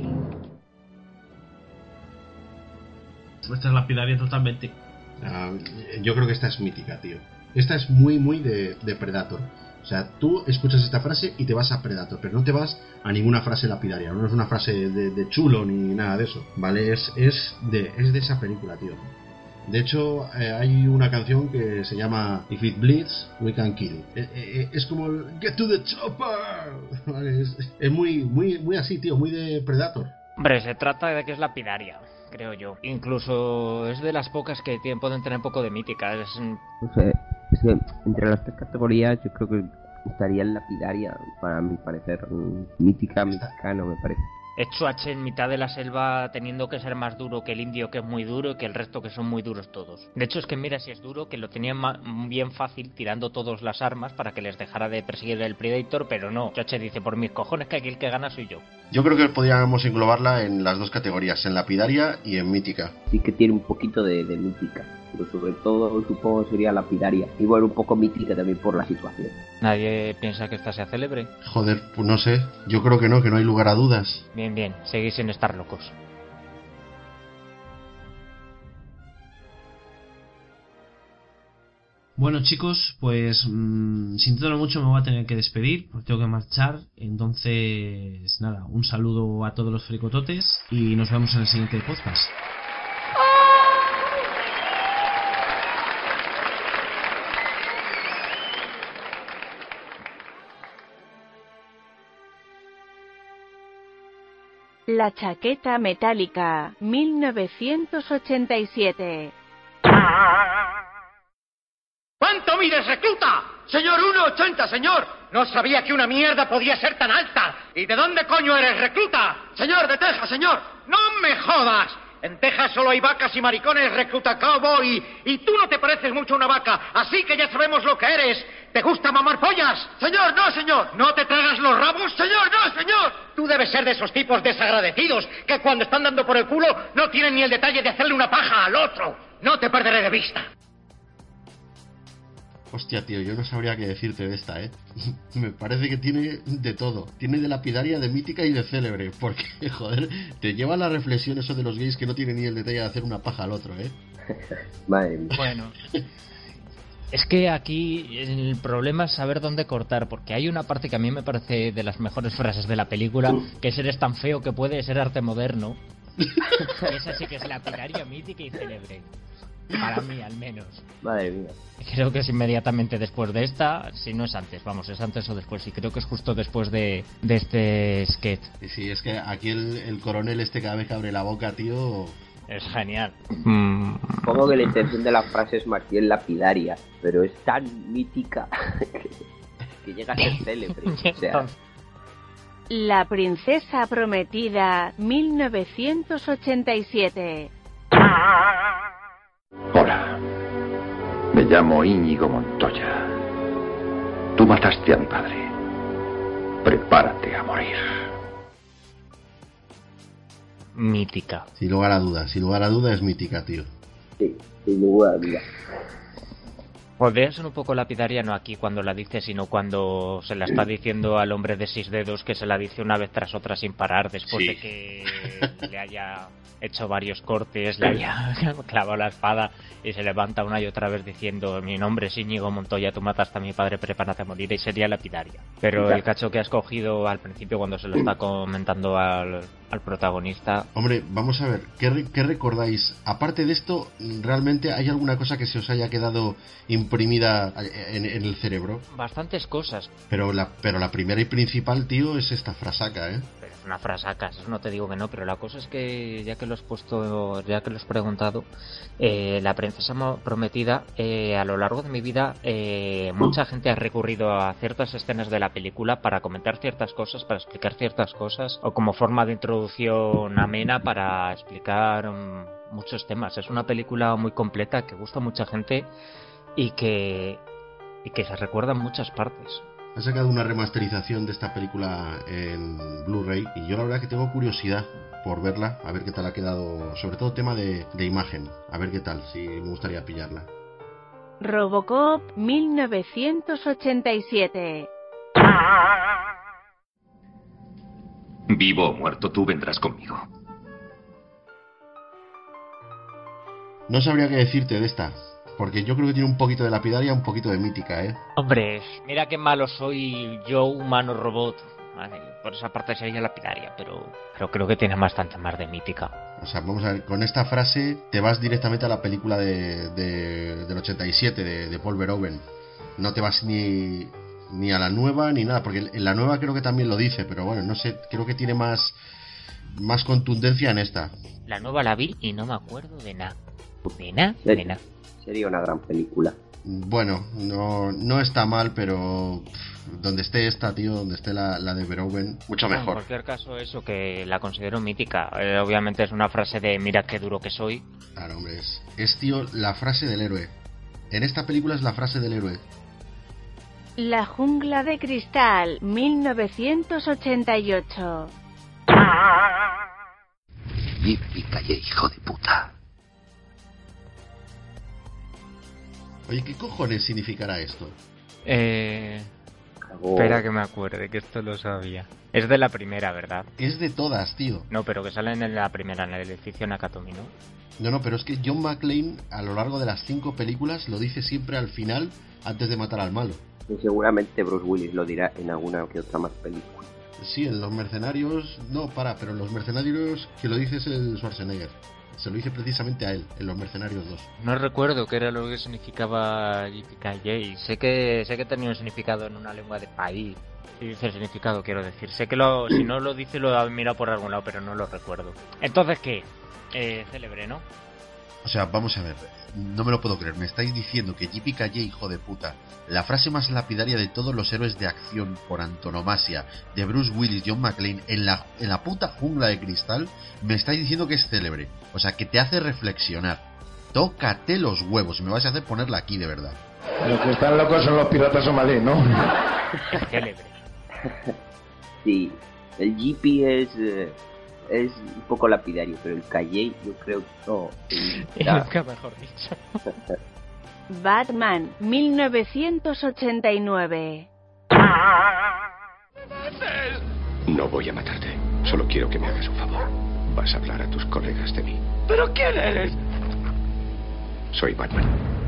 Esta es lapidaria totalmente. Yo creo que esta es mítica, tío. Esta es muy, muy de Predator. O sea, tú escuchas esta frase y te vas a Predator, pero no te vas a ninguna frase lapidaria. No es una frase de chulo ni nada de eso, ¿vale? Es de esa película, tío. De hecho, hay una canción que se llama If It Bleeds, We Can Kill. Es como el Get to the Chopper. ¿Vale? Es muy, muy, muy así, tío, muy de Predator. Hombre, se trata de que es lapidaria, creo yo. Incluso es de las pocas que pueden tener un poco de mítica. No sé, es que entre las 3 categorías yo creo que estaría en lapidaria, para mi parecer. Mítica no me parece. Hecho H en mitad de la selva, teniendo que ser más duro que el indio, que es muy duro, y que el resto que son muy duros todos. De hecho, es que mira si es duro, que lo tenían bien fácil tirando todos las armas para que les dejara de perseguir el Predator, pero no. H dice, por mis cojones, que aquí el que gana soy yo. Yo creo que podríamos englobarla en las 2 categorías, en lapidaria y en mítica. Sí que tiene un poquito de mítica, pero sobre todo supongo sería lapidaria. Y bueno, un poco mítica también por la situación. ¿Nadie piensa que esta sea célebre? Joder, pues no sé, yo creo que no hay lugar a dudas. Bien, seguís sin estar locos. Bueno, chicos, pues sintiéndolo mucho me voy a tener que despedir porque tengo que marchar. Entonces, nada, un saludo a todos los fricototes y nos vemos en el siguiente podcast. La chaqueta metálica, 1987. ¿Cuánto mides, recluta? Señor, 1,80, señor. No sabía que una mierda podía ser tan alta. ¿Y de dónde coño eres, recluta? Señor, de Texas, señor. ¡No me jodas! En Texas solo hay vacas y maricones, recluta cowboy. Y tú no te pareces mucho a una vaca, así que ya sabemos lo que eres. ¿Te gusta mamar pollas? Señor, no, señor. ¿No te tragas los rabos? Señor, no, señor. Tú debes ser de esos tipos desagradecidos que cuando están dando por el culo no tienen ni el detalle de hacerle una paja al otro. No te perderé de vista. Hostia, tío, yo no sabría qué decirte de esta, ¿eh? Me parece que tiene de todo. Tiene de lapidaria, de mítica y de célebre. Porque, joder, te lleva a la reflexión eso de los gays que no tienen ni el detalle de hacer una paja al otro, ¿eh? Madre mía. Bueno, es que aquí el problema es saber dónde cortar. Porque hay una parte que a mí me parece de las mejores frases de la película, que es eres tan feo que puede ser arte moderno. Esa sí que es lapidaria, mítica y célebre. Para mí, al menos. Madre mía. Creo que es inmediatamente después de esta, si no es antes, vamos, es antes o después, y creo que es justo después de este sketch. Sí, es que aquí el coronel cada vez que abre la boca, tío... Es genial. Supongo que la intención de la frase es más bien lapidaria, pero es tan mítica que llega a ser célebre. O sea... La princesa prometida, 1987. Hola, me llamo Íñigo Montoya. Tú mataste a mi padre. Prepárate a morir. Mítica. Sin lugar a dudas es mítica, tío. Sí, sin lugar a dudas. Podría ser un poco lapidaria, no aquí cuando la dice, sino cuando se la está diciendo al hombre de 6 dedos, que se la dice una vez tras otra sin parar, después de que le haya hecho varios cortes, le haya clavado la espada y se levanta una y otra vez diciendo mi nombre es Íñigo Montoya, tú mataste a mi padre, prepárate a morir, y sería lapidaria. Pero el cacho que has cogido al principio cuando se lo está comentando al protagonista... Hombre, vamos a ver, ¿qué recordáis? Aparte de esto, ¿realmente hay alguna cosa que se os haya quedado imprimida en el cerebro? Bastantes cosas. Pero la primera y principal, tío, es esta frasaca, ¿eh? Pero es una frasaca, eso no te digo que no, pero la cosa es que ya que lo has preguntado, la princesa prometida, a lo largo de mi vida mucha gente ha recurrido a ciertas escenas de la película para comentar ciertas cosas, para explicar ciertas cosas, o como forma de introducción amena para explicar muchos temas. Es una película muy completa que gusta a mucha gente y que se recuerda en muchas partes. Ha sacado una remasterización de esta película en Blu-ray y yo la verdad que tengo curiosidad por verla, a ver qué tal ha quedado, sobre todo tema de imagen, a ver qué tal, si me gustaría pillarla. Robocop 1987. Vivo o muerto, tú vendrás conmigo. No sabría qué decirte de esta, porque yo creo que tiene un poquito de lapidaria, un poquito de mítica, ¿eh? Hombre, mira qué malo soy yo, humano robot. Vale, por esa parte sería lapidaria, pero creo que tiene bastante más de mítica. O sea, vamos a ver, con esta frase te vas directamente a la película del 87 de Paul Verhoeven. No te vas ni a la nueva ni nada, porque en la nueva creo que también lo dice, pero bueno, no sé, creo que tiene más más contundencia en esta. La nueva la vi y no me acuerdo de nada. De nada. Sería una gran película. Bueno, no está mal, pero donde esté esta, tío, donde esté la de Verhoeven, mucho mejor. En cualquier caso, eso que la considero mítica. Obviamente es una frase de mira qué duro que soy. Claro, hombre, es tío, la frase del héroe. En esta película es la frase del héroe. La jungla de cristal, 1988. Yippee-ki-yay, hijo de puta. Oye, ¿qué cojones significará esto? Espera que me acuerde, que esto lo sabía. Es de la primera, ¿verdad? Es de todas, tío. No, pero que salen en la primera, en el edificio Nakatomi, ¿no? No, pero es que John McClane, a lo largo de las 5 películas, lo dice siempre al final, antes de matar al malo. Y seguramente Bruce Willis lo dirá en alguna que otra más película. Sí, en Los Mercenarios... No, pero en Los Mercenarios que lo dice es el Schwarzenegger. Se lo dice precisamente a él, en Los Mercenarios 2. No recuerdo qué era lo que significaba Yippee-ki-yay. Sé que tenía un significado en una lengua de país. Si dice el significado, quiero decir. Sé que si no lo dice, lo ha mirado por algún lado, pero no lo recuerdo. Entonces, ¿qué? Célebre, ¿no? O sea, vamos a ver. No me lo puedo creer. Me estáis diciendo que Yippee-ki-yay, hijo de puta, la frase más lapidaria de todos los héroes de acción por antonomasia de Bruce Willis, John McClane, en la puta jungla de cristal, me estáis diciendo que es célebre. O sea, que te hace reflexionar. Tócate los huevos. Me vas a hacer ponerla aquí, de verdad. Los que están locos son los piratas somalíes, ¿no? Es célebre. Sí, el Yippee es un poco lapidario, pero el Kayei yo creo que no. Nunca mejor dicho. Batman, 1989. No voy a matarte. Solo quiero que me hagas un favor. Vas a hablar a tus colegas de mí. ¿Pero quién eres? Soy Batman.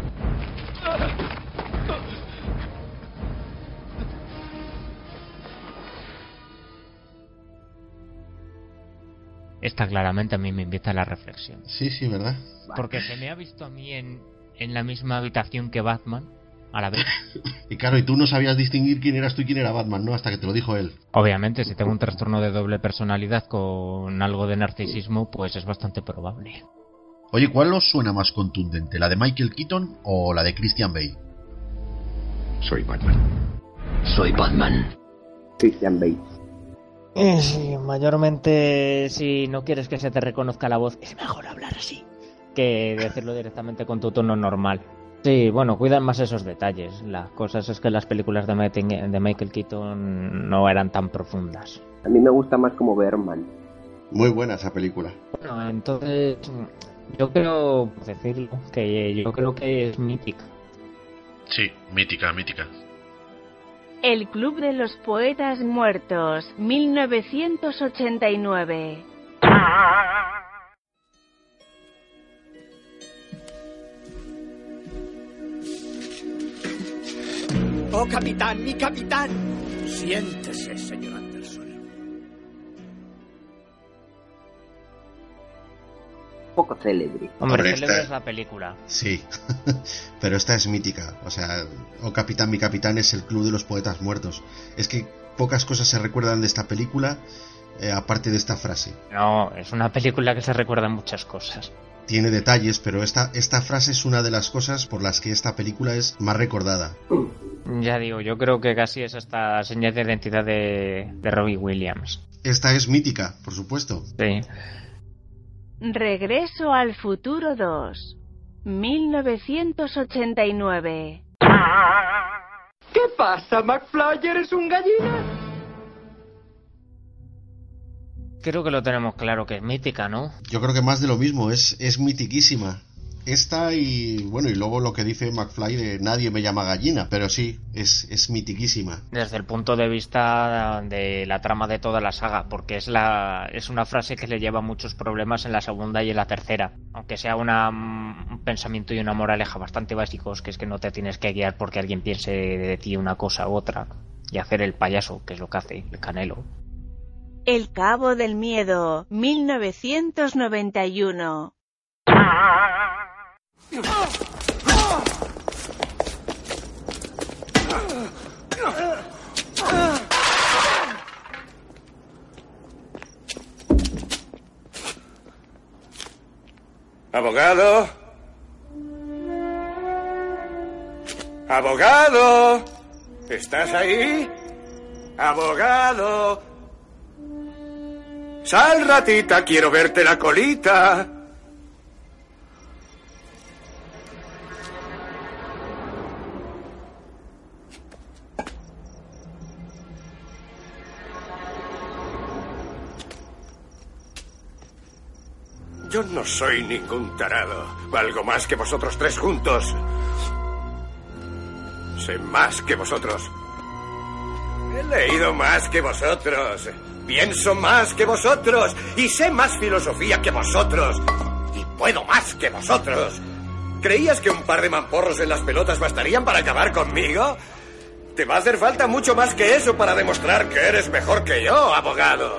Esta claramente a mí me invita a la reflexión. Sí, ¿verdad? Porque se me ha visto a mí en la misma habitación que Batman, a la vez. Y claro, y tú no sabías distinguir quién eras tú y quién era Batman, ¿no? Hasta que te lo dijo él. Obviamente, si tengo un trastorno de doble personalidad con algo de narcisismo, pues es bastante probable. Oye, ¿cuál os suena más contundente? ¿La de Michael Keaton o la de Christian Bale? Soy Batman. Soy Batman. Christian Bale. Sí, mayormente si no quieres que se te reconozca la voz, es mejor hablar así que decirlo directamente con tu tono normal. Sí, bueno, cuidan más esos detalles. Las cosas es que las películas de Michael Keaton no eran tan profundas. A mí me gusta más como Berman. Muy buena esa película. Bueno, entonces yo creo, por decirlo, que yo creo que es mítica. Sí, mítica. El Club de los Poetas Muertos, 1989. ¡Oh, capitán, mi capitán! Siéntese, señor Anderson. Poco célebre. Hombre, célebre es la película. Sí, pero esta es mítica. O sea, Oh capitán, mi capitán es el Club de los Poetas Muertos. Es que pocas cosas se recuerdan de esta película, aparte de esta frase. No, es una película que se recuerdan muchas cosas. Tiene detalles, pero esta frase es una de las cosas por las que esta película es más recordada. Ya digo, yo creo que casi es hasta señal de identidad de Robbie Williams. Esta es mítica, por supuesto. Sí. Regreso al futuro 2, 1989. ¿Qué pasa, McFly? ¿Eres un gallina? Creo que lo tenemos claro que es mítica, ¿no? Yo creo que más de lo mismo, es mitiquísima. Esta y bueno, y luego lo que dice McFly de nadie me llama gallina, pero sí, es mitiquísima. Desde el punto de vista de la trama de toda la saga, porque es una frase que le lleva muchos problemas en la segunda y en la tercera. Aunque sea un pensamiento y una moraleja bastante básicos, que es que no te tienes que guiar porque alguien piense de ti una cosa u otra y hacer el payaso, que es lo que hace el Canelo. El Cabo del Miedo, 1991. Abogado. Abogado. ¿Estás ahí? Abogado. Sal, ratita, quiero verte la colita. Yo no soy ningún tarado. Valgo más que vosotros tres juntos. Sé más que vosotros. He leído más que vosotros. Pienso más que vosotros. Y sé más filosofía que vosotros. Y puedo más que vosotros. ¿Creías que un par de mamporros en las pelotas bastarían para acabar conmigo? Te va a hacer falta mucho más que eso para demostrar que eres mejor que yo, abogado.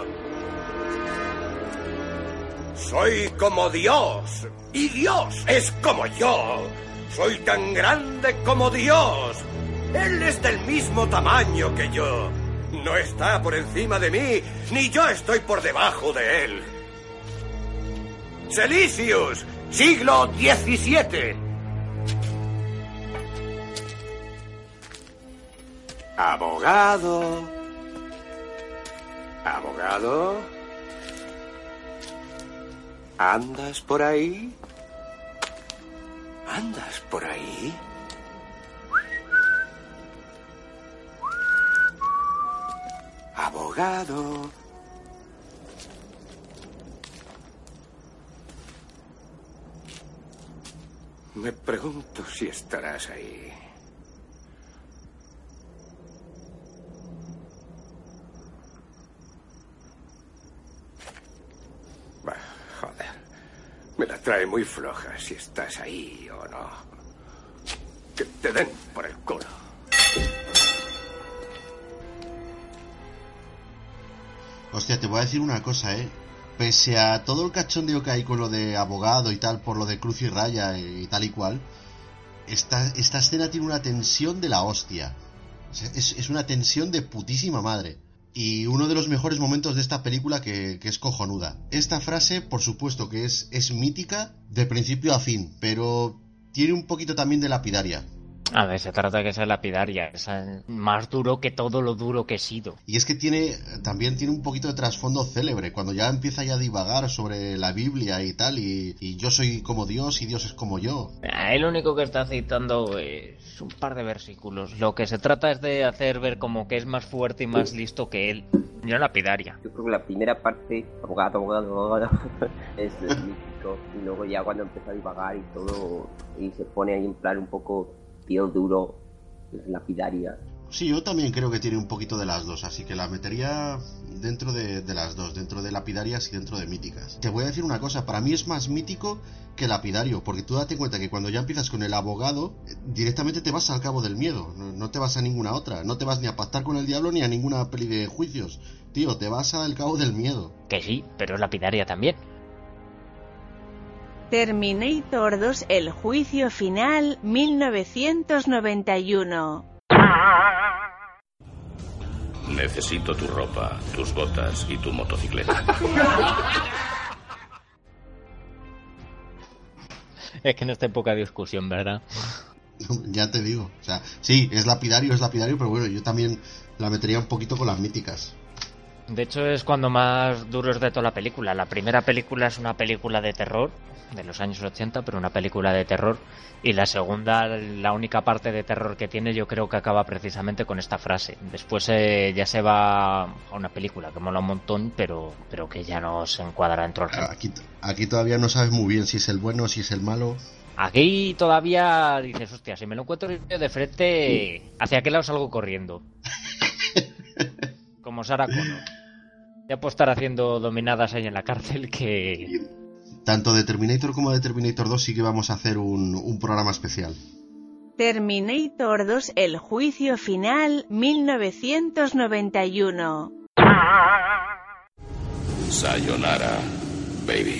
Soy como Dios. Y Dios es como yo. Soy tan grande como Dios. Él es del mismo tamaño que yo. No está por encima de mí, ni yo estoy por debajo de él. Silesius, siglo XVII. Abogado. Abogado. ¿Andas por ahí? ¿Andas por ahí? Abogado. Me pregunto si estarás ahí. Bah, joder. Me la trae muy floja si estás ahí o no. Que te den por el culo. Hostia, te voy a decir una cosa, Pese a todo el cachondeo que hay con lo de abogado y tal, por lo de cruz y raya y tal y cual, esta escena tiene una tensión de la hostia. O sea, es una tensión de putísima madre. Y uno de los mejores momentos de esta película que es cojonuda. Esta frase, por supuesto que es mítica de principio a fin, pero tiene un poquito también de lapidaria. A ver, se trata de que sea lapidaria, es más duro que todo lo duro que he sido. Y es que también tiene un poquito de trasfondo célebre, cuando ya empieza ya a divagar sobre la Biblia y tal, y yo soy como Dios y Dios es como yo. El único que está citando es un par de versículos. Lo que se trata es de hacer ver como que es más fuerte y más listo que él. No lapidaria. Yo creo que la primera parte, abogado, es mítico, y luego ya cuando empieza a divagar y todo, y se pone ahí en plan un poco piel duro, es lapidaria. Sí, yo también creo que tiene un poquito de las dos, así que la metería dentro de las dos, dentro de lapidarias y dentro de míticas. Te voy a decir una cosa, para mí es más mítico que lapidario, porque tú date cuenta que cuando ya empiezas con el abogado, directamente te vas al cabo del miedo, no te vas a ninguna otra, no te vas ni a pactar con el diablo ni a ninguna peli de juicios, tío, te vas al cabo del miedo. Que sí, pero es lapidaria también. Terminator 2, el juicio final, 1991. Necesito tu ropa, tus botas y tu motocicleta. Es que en esta época de discusión, ¿verdad? Ya te digo, o sea, sí, es lapidario, pero bueno, yo también la metería un poquito con las míticas. De hecho es cuando más duro es de toda la película. La primera película es una película de terror de los años 80, pero una película de terror, y la segunda, la única parte de terror que tiene, yo creo que acaba precisamente con esta frase. Después ya se va a una película que mola un montón, pero que ya no se encuadra dentro del género. Aquí todavía no sabes muy bien si es el bueno o si es el malo. Aquí todavía dices, hostia, si me lo encuentro de frente, ¿hacia qué lado salgo corriendo? Como Sarah Connor. Ya puedo estar haciendo dominadas ahí en la cárcel que... Tanto de Terminator como de Terminator 2 sí que vamos a hacer un programa especial. Terminator 2, el juicio final, 1991. Sayonara, baby.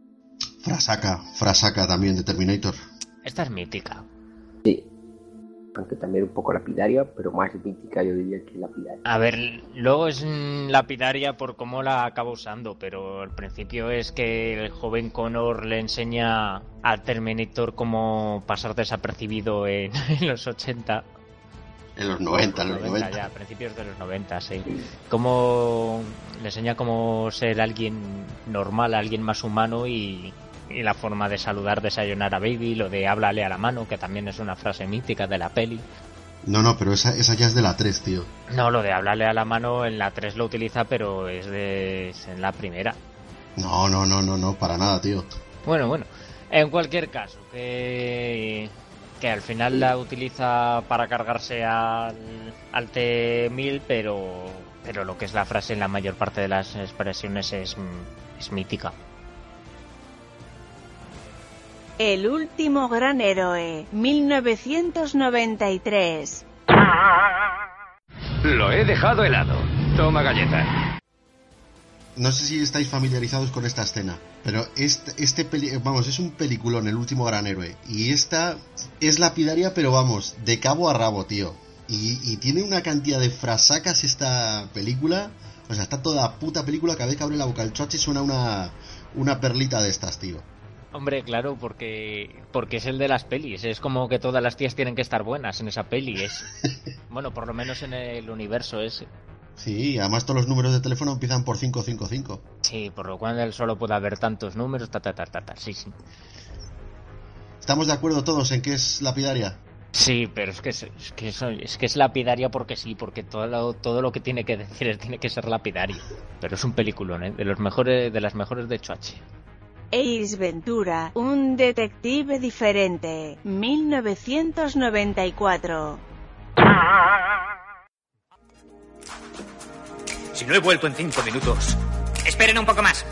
Frasaka también de Terminator. Esta es mítica. Sí. aunque también un poco lapidaria, pero más mítica yo diría que lapidaria. A ver, luego es lapidaria por cómo la acaba usando, pero al principio es que el joven Connor le enseña al Terminator cómo pasar desapercibido en los 80. En los 90, ya, a principios de los 90, sí. Cómo le enseña cómo ser alguien normal, alguien más humano y la forma de saludar, desayunar a Baby, lo de háblale a la mano, que también es una frase mítica de la peli. No, pero esa ya es de la 3, tío. No, lo de háblale a la mano en la 3 lo utiliza, pero es en la primera. No, para nada, tío. Bueno, en cualquier caso, que al final la utiliza para cargarse al T-1000, pero lo que es la frase en la mayor parte de las expresiones es mítica. El último gran héroe, 1993. Lo he dejado helado. Toma galleta. No sé si estáis familiarizados con esta escena, pero es un peliculón, El último gran héroe. Y esta es lapidaria, pero vamos, de cabo a rabo, tío. Y tiene una cantidad de frasacas esta película. O sea, está toda la puta película, cada vez que abre la boca el choche suena una perlita de estas, tío. Hombre, claro, porque es el de las pelis. Es como que todas las tías tienen que estar buenas en esa peli. Bueno, por lo menos en el universo ese. Sí, además todos los números de teléfono empiezan por 555. Sí, por lo cual él solo puede haber tantos números, sí. ¿Estamos de acuerdo todos en que es lapidaria? Sí, pero es que es lapidaria porque sí, porque todo lo que tiene que decir tiene que ser lapidario. Pero es un peliculón, de las mejores de Choache. Ace Ventura, un detective diferente, 1994. Si no he vuelto en 5 minutos, esperen un poco más.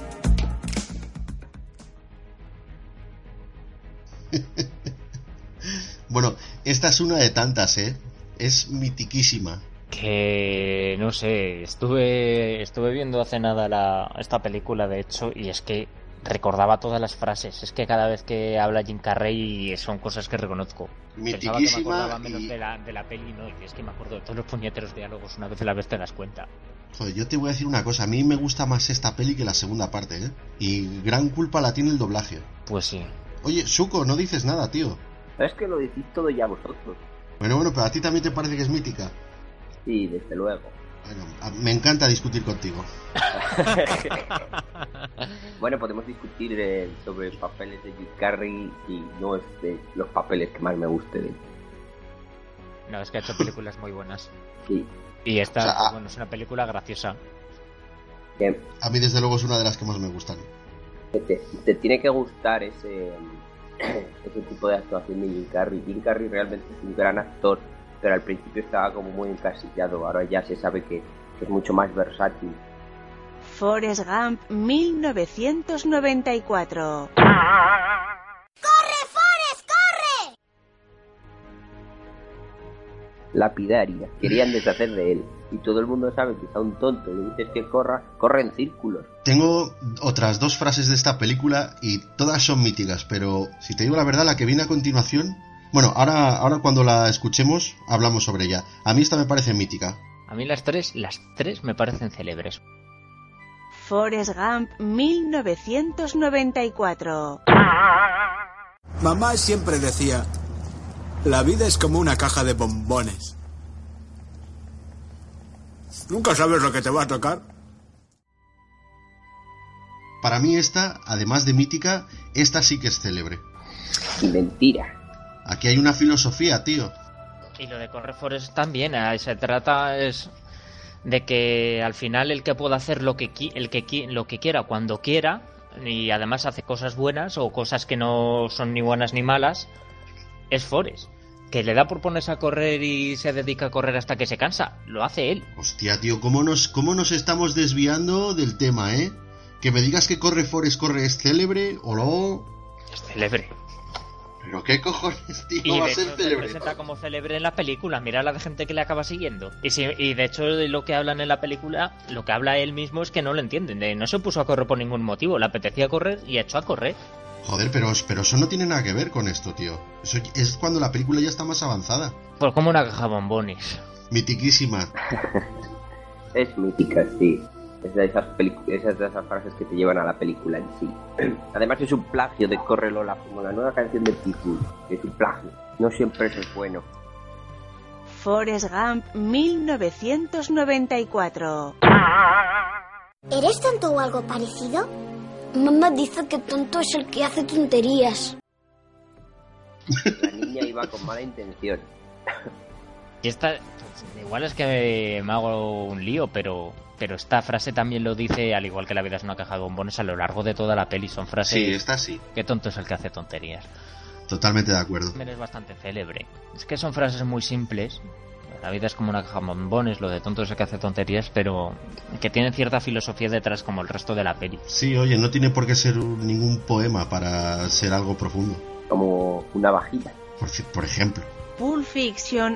Bueno, esta es una de tantas, es mitiquísima. Que no sé, estuve viendo hace nada esta película, de hecho, y es que recordaba todas las frases. Es que cada vez que habla Jim Carrey son cosas que reconozco. Mitiquísima. Pensaba que me acordaba menos de la peli, no, y es que me acuerdo de todos los puñeteros diálogos, una vez a la vez te das cuenta. Joder, yo te voy a decir una cosa, a mí me gusta más esta peli que la segunda parte, y gran culpa la tiene el doblaje. Pues sí. Oye, Suco, no dices nada, tío. Es que lo decís todo ya vosotros. Bueno, pero a ti también te parece que es mítica. Sí, desde luego. Bueno, me encanta discutir contigo. Bueno, podemos discutir sobre papeles de Jim Carrey y no es de los papeles que más me guste de él. No, es que ha hecho películas muy buenas. Sí. Y esta, bueno, es una película graciosa. Bien. A mí desde luego es una de las que más me gustan. Te tiene que gustar ese tipo de actuación de Jim Carrey. Jim Carrey realmente es un gran actor, pero al principio estaba como muy encasillado. Ahora ya se sabe que es mucho más versátil. Forrest Gump, 1994. ¡Corre, Forrest, corre! Lapidaria. Querían deshacer de él. Y todo el mundo sabe que está un tonto. Le dices que corre en círculos. Tengo otras 2 frases de esta película y todas son míticas, pero si te digo la verdad, la que viene a continuación... Bueno, ahora cuando la escuchemos hablamos sobre ella. A mí esta me parece mítica. A mí las tres me parecen célebres. Forrest Gump, 1994. Mamá siempre decía, la vida es como una caja de bombones. Nunca sabes lo que te va a tocar. Para mí esta, además de mítica, esta sí que es célebre. Mentira. Aquí hay una filosofía, tío. Y lo de Corre Forrest también, se trata de que al final el que pueda hacer lo que quiera cuando quiera, y además hace cosas buenas o cosas que no son ni buenas ni malas, es Forrest. Que le da por ponerse a correr y se dedica a correr hasta que se cansa. Lo hace él. Hostia, tío, ¿cómo nos estamos desviando del tema, Que me digas que Corre Forrest es célebre o no... Es célebre. ¿Pero qué cojones, tío? Y va a de ser hecho célebre. se presenta como célebre en la película. Mira la de gente que le acaba siguiendo. Y de hecho lo que hablan en la película, lo que habla él mismo es que no lo entienden. No se puso a correr por ningún motivo. Le apetecía correr y echó a correr. Joder, pero eso no tiene nada que ver con esto, tío. Eso es cuando la película ya está más avanzada. Pues como una caja de bombones. Mitiquísima. Es mítica, sí. Es de esas frases que te llevan a la película en sí. Además es un plagio de Corre Lola, como la nueva canción de Pitbull. Es un plagio. No siempre es bueno. Forrest Gump 1994. ¿Eres tonto o algo parecido? Mamá dice que tonto es el que hace tonterías. La niña iba con mala intención. Y esta... Igual es que me hago un lío, pero esta frase también lo dice, al igual que la vida es una caja de bombones, a lo largo de toda la peli. Son frases... Sí, esta sí. Qué tonto es el que hace tonterías. Totalmente de acuerdo. También es bastante célebre. Es que son frases muy simples. La vida es como una caja de bombones, lo de tonto es el que hace tonterías, pero que tienen cierta filosofía detrás como el resto de la peli. Sí, oye, no tiene por qué ser ningún poema para ser algo profundo. Como una vagina. Por ejemplo. Pulp Fiction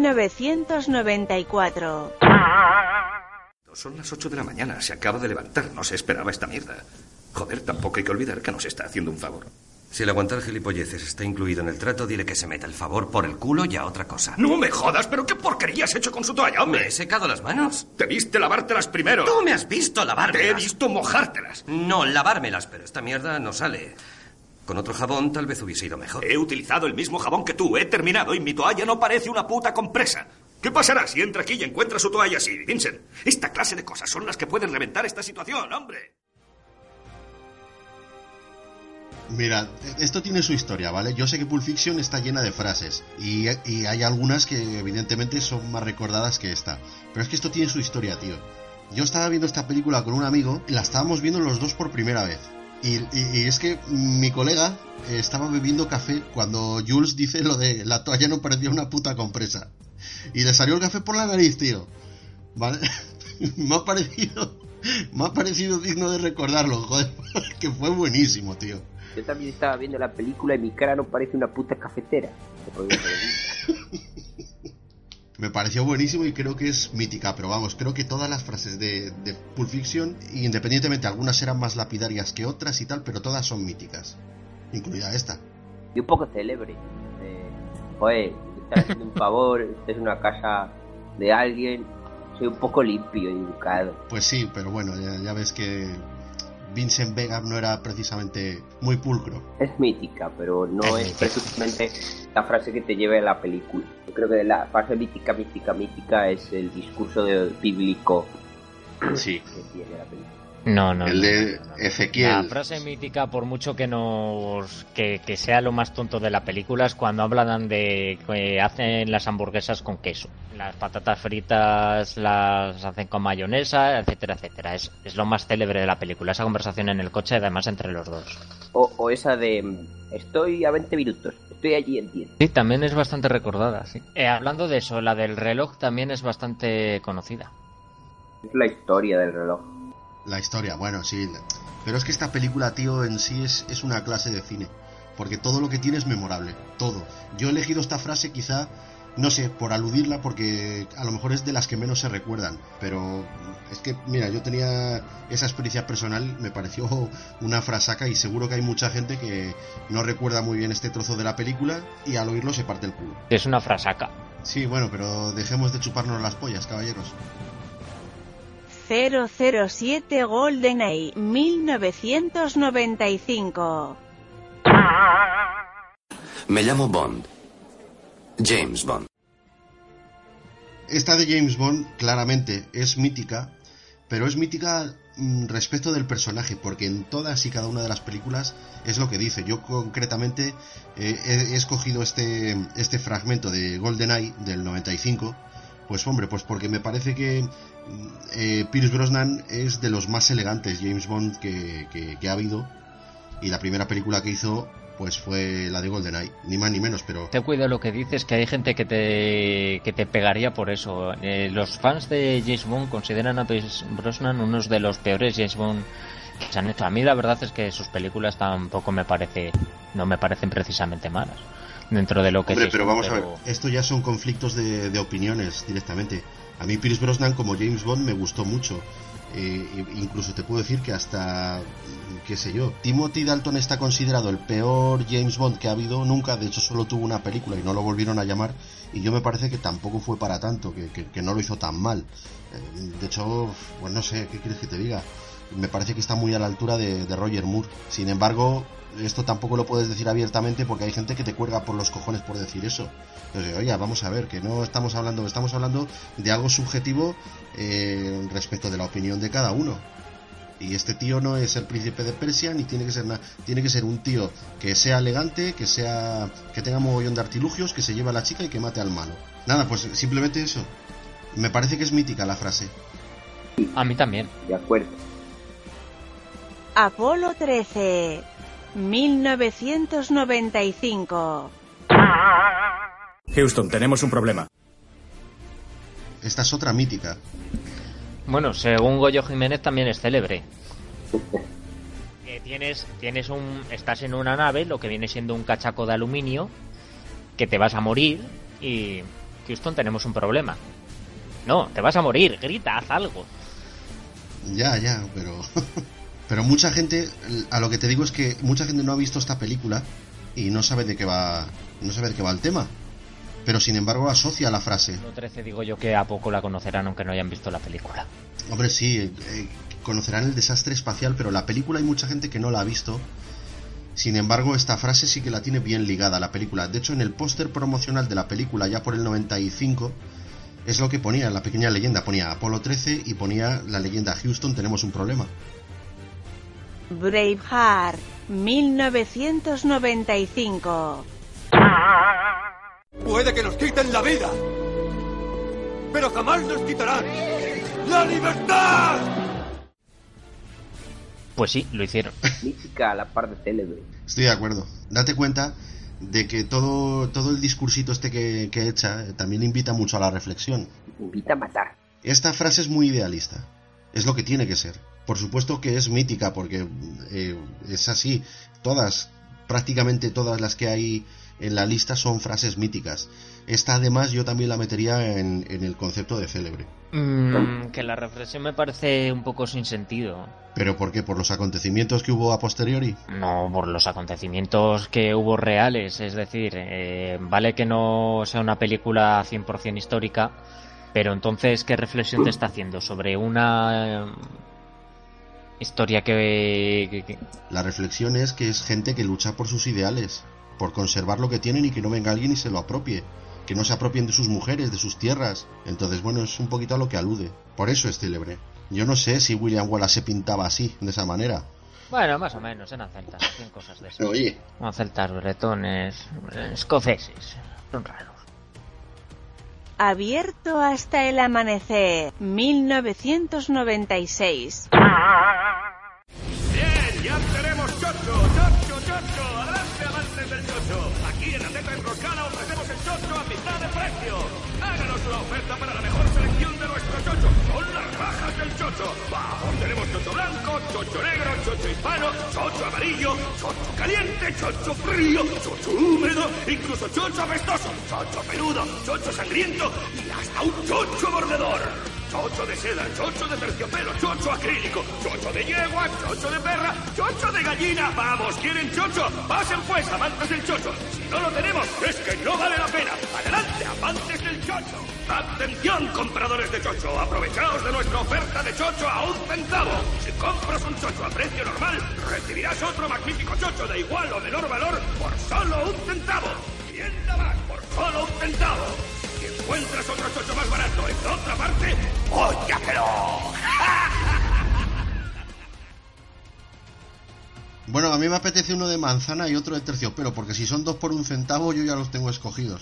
1994. Son las 8 de la mañana, se acaba de levantar, no se esperaba esta mierda. Joder, tampoco hay que olvidar que nos está haciendo un favor. Si el aguantar gilipolleces está incluido en el trato, dile que se meta el favor por el culo y a otra cosa. ¡No me jodas! ¿Pero qué porquería has hecho con su toalla, hombre? Me he secado las manos. Debiste lavártelas primero. Tú me has visto lavármelas. Te he visto mojártelas. No, lavármelas, pero esta mierda no sale. Con otro jabón tal vez hubiese ido mejor. He utilizado el mismo jabón que tú, he terminado y mi toalla no parece una puta compresa. ¿Qué pasará si entra aquí y encuentra su toalla así, Vincent? Esta clase de cosas son las que pueden reventar esta situación, hombre. Mira, esto tiene su historia, ¿vale? Yo sé que Pulp Fiction está llena de frases y hay algunas que evidentemente son más recordadas que esta. Pero es que esto tiene su historia, tío. Yo estaba viendo esta película con un amigo y la estábamos viendo los dos por primera vez. Y es que mi colega estaba bebiendo café cuando Jules dice lo de la toalla no parecía una puta compresa. Y le salió el café por la nariz, tío. ¿Vale? me ha parecido digno de recordarlo, joder. Que fue buenísimo, tío. Yo también estaba viendo la película y mi cara no parece una puta cafetera. Me pareció buenísimo y creo que es mítica, pero vamos, creo que todas las frases de Pulp Fiction, independientemente, algunas eran más lapidarias que otras y tal, pero todas son míticas, incluida esta. Y un poco célebre. Joder, te estás haciendo un favor, esta es una casa de alguien, soy un poco limpio y educado. Pues sí, pero bueno, ya ves que Vincent Vega no era precisamente muy pulcro. Es mítica, pero no es precisamente la frase que te lleve a la película. Yo creo que la frase mítica es el discurso bíblico sí. que tiene la película. No. El de Ezequiel. La frase mítica, por mucho que que sea lo más tonto de la película, es cuando hablan de que hacen las hamburguesas con queso. Las patatas fritas las hacen con mayonesa, etcétera, etcétera. Es lo más célebre de la película, esa conversación en el coche, además entre los dos. O esa de estoy a 20 minutos, estoy allí en 10. Sí, también es bastante recordada, sí. Hablando de eso, la del reloj también es bastante conocida. Es la historia del reloj. La historia, bueno, sí. Pero es que esta película, tío, en sí es una clase de cine. Porque todo lo que tiene es memorable. Todo. Yo he elegido esta frase quizá, no sé, por aludirla, porque a lo mejor es de las que menos se recuerdan. Pero es que, mira, yo tenía esa experiencia personal, me pareció una frasaca y seguro que hay mucha gente que no recuerda muy bien este trozo de la película y al oírlo se parte el culo. Es una frasaca. Sí, bueno, pero dejemos de chuparnos las pollas, caballeros. 007 GoldenEye 1995. Me llamo Bond. James Bond. Esta de James Bond claramente es mítica, pero es mítica respecto del personaje, porque en todas y cada una de las películas es lo que dice. Yo concretamente he escogido este fragmento de GoldenEye del 95, pues hombre, pues porque me parece que Pierce Brosnan es de los más elegantes James Bond que ha habido, y la primera película que hizo pues fue la de GoldenEye, ni más ni menos, pero... Ten cuidado lo que dices, que hay gente que te pegaría por eso. Los fans de James Bond consideran a Pierce Brosnan uno de los peores James Bond que se han hecho. A mí la verdad es que sus películas tampoco no me parecen precisamente malas dentro de lo que... Hombre, pero vamos a ver, esto ya son conflictos de opiniones directamente. A mí Pierce Brosnan como James Bond me gustó mucho, Incluso te puedo decir que hasta, qué sé yo, Timothy Dalton está considerado el peor James Bond que ha habido nunca. De hecho solo tuvo una película y no lo volvieron a llamar, y yo me parece que tampoco fue para tanto, que no lo hizo tan mal. De hecho, pues no sé, ¿qué quieres que te diga? Me parece que está muy a la altura de Roger Moore. Sin embargo, esto tampoco lo puedes decir abiertamente porque hay gente que te cuelga por los cojones por decir eso. Entonces, oye, vamos a ver, que no estamos hablando de algo subjetivo respecto de la opinión de cada uno. Y este tío no es el príncipe de Persia, ni tiene que ser nada. Tiene que ser un tío que sea elegante, que tenga mogollón de artilugios, que se lleve a la chica y que mate al malo. Nada, pues simplemente eso. Me parece que es mítica la frase. A mí también. De acuerdo. Apolo 13, 1995. Houston, tenemos un problema. Esta es otra mítica. Bueno, según Goyo Jiménez también es célebre. Estás en una nave, lo que viene siendo un cachaco de aluminio, que te vas a morir y... Houston, tenemos un problema. No, te vas a morir, grita, haz algo. Ya, pero mucha gente, a lo que te digo es que mucha gente no ha visto esta película y no sabe de qué va el tema. Pero sin embargo asocia la frase. Apolo 13 digo yo que a poco la conocerán aunque no hayan visto la película. Hombre, sí, conocerán el desastre espacial, pero la película hay mucha gente que no la ha visto. Sin embargo, esta frase sí que la tiene bien ligada a la película. De hecho, en el póster promocional de la película, ya por el 95, es lo que ponía, la pequeña leyenda. Ponía Apolo 13 y ponía la leyenda Houston, tenemos un problema. Braveheart, 1995. Puede que nos quiten la vida, pero jamás nos quitarán ¡la libertad! Pues sí, lo hicieron. Mítica a la par de célebre. Estoy de acuerdo. Date cuenta de que todo el discursito este que echa también invita mucho a la reflexión. Invita a matar. Esta frase es muy idealista. Es lo que tiene que ser. Por supuesto que es mítica porque es así. Prácticamente todas las que hay en la lista son frases míticas. Esta además yo también la metería en el concepto de célebre. Que la reflexión me parece un poco sin sentido. ¿Pero por qué? ¿Por los acontecimientos que hubo a posteriori? No, por los acontecimientos que hubo reales. Es decir, vale que no sea una película 100% histórica, pero entonces ¿qué reflexión te está haciendo sobre una historia que... La reflexión es que es gente que lucha por sus ideales, por conservar lo que tienen y que no venga alguien y se lo apropie, que no se apropien de sus mujeres, de sus tierras. Entonces, bueno, es un poquito a lo que alude. Por eso es célebre. Yo no sé si William Wallace se pintaba así, de esa manera. Bueno, más o menos, eran celtas, hacían cosas de eso. Oye. No, celtas, bretones, escoceses, son raros. Abierto hasta el amanecer, 1996. Bien, ya tenemos chocho. Adelante, amantes del chocho. Aquí en la teta enroscada ofrecemos el chocho a mitad de precio. Háganos una oferta para la mejor selección de nuestro chocho. Son las bajas del chocho. Vamos, tenemos chocho blanco, chocho negro, chocho hispano, chocho amarillo, chocho caliente, chocho frío, chocho húmedo, incluso chocho apestoso, chocho peludo, chocho sangriento y hasta un chocho mordedor. Chocho de seda, chocho de terciopelo, chocho acrílico, chocho de yegua, chocho de perra, chocho de gallina. Vamos, ¿quieren chocho? Pasen pues, amantes del chocho. Si no lo tenemos, es que no vale la pena. Adelante, amantes del chocho. Atención, compradores de chocho. Aprovechaos de nuestra oferta de chocho a 1 centavo. Si compras un chocho a precio normal, recibirás otro magnífico chocho de igual o menor valor por solo 1 centavo. Tienda más por solo 1 centavo. Si encuentras otro chocho más barato en otra parte, ¡óyatelo! Bueno, a mí me apetece uno de manzana y otro de terciopelo, porque si son 2 por 1 centavo yo ya los tengo escogidos.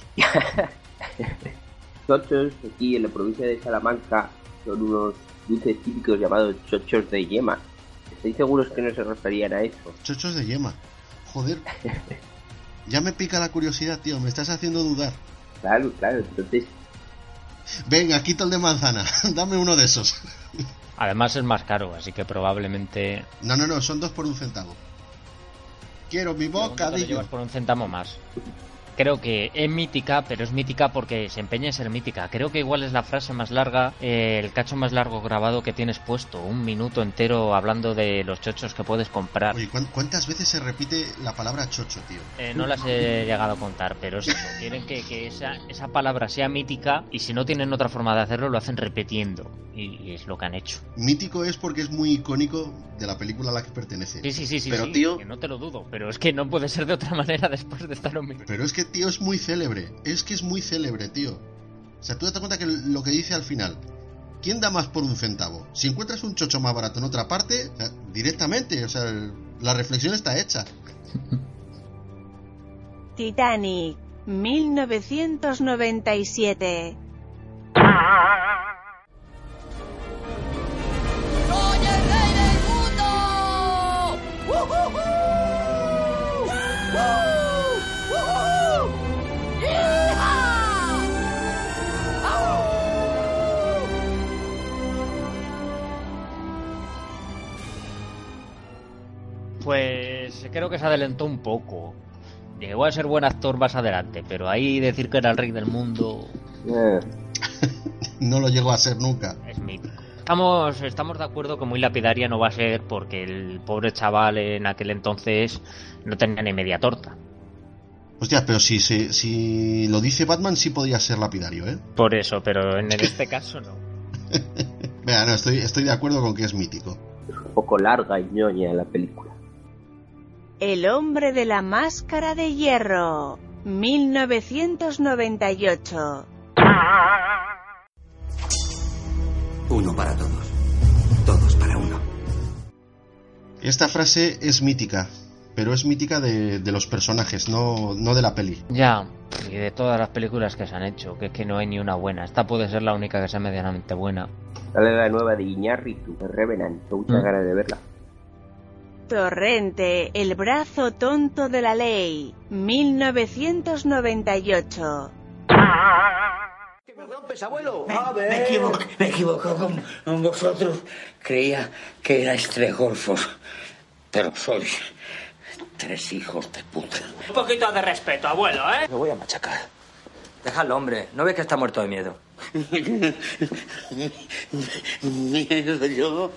Chochos, aquí en la provincia de Salamanca, son unos dulces típicos llamados chochos de yema. ¿Estáis seguros que no se referían a eso? Chochos de yema. Joder. Ya me pica la curiosidad, tío, me estás haciendo dudar. Claro, entonces... Venga, quita el de manzana, dame uno de esos. Además es más caro, así que probablemente... No, son 2 por 1 centavo. Quiero mi bocadillo. Lo llevas por 1 centavo más. creo que es mítica, pero es mítica porque se empeña en ser mítica. Creo que igual es la frase más larga, el cacho más largo grabado que tienes puesto. 1 minuto entero hablando de los chochos que puedes comprar. Oye, ¿cuántas veces se repite la palabra chocho, tío? No las he llegado a contar, pero es eso. Quieren que esa palabra sea mítica y si no tienen otra forma de hacerlo, lo hacen repitiendo. Y es lo que han hecho. Mítico es porque es muy icónico de la película a la que pertenece. Sí, pero, sí, tío, que no te lo dudo, pero es que no puede ser de otra manera después de estar un... Pero es que, tío, es muy célebre. Es que es muy célebre, tío. O sea, tú date cuenta que lo que dice al final: ¿quién da más por un centavo? Si encuentras un chocho más barato en otra parte, o sea, directamente, o sea, la reflexión está hecha. Titanic, 1997. ¡Soy el rey del mundo! Pues creo que se adelantó un poco. Llegó a ser buen actor más adelante, pero ahí decir que era el rey del mundo... No lo llegó a ser nunca. Es mítico. Estamos de acuerdo que muy lapidaria no va a ser porque el pobre chaval en aquel entonces no tenía ni media torta. Hostia, pero si lo dice Batman sí podría ser lapidario, ¿eh? Por eso, pero en este caso no. Mira, no, estoy de acuerdo con que es mítico. Es un poco larga y ñoña la película. El hombre de la máscara de hierro, 1998. Uno para todos. Todos para uno. Esta frase es mítica, pero es mítica de los personajes, no de la peli. Ya, y de todas las películas que se han hecho, que es que no hay ni una buena. Esta puede ser la única que sea medianamente buena. Sale la nueva de Iñárritu, de Revenant, tengo muchas ganas de verla. Torrente, el brazo tonto de la ley, 1998. ¡Que me rompes, abuelo! A ver. Me equivoco con vosotros. Creía que erais 3 golfos, pero sois 3 hijos de puta. Un poquito de respeto, abuelo, ¿eh? Me voy a machacar. Déjalo, hombre. ¿No ves que está muerto de miedo? Miedo yo.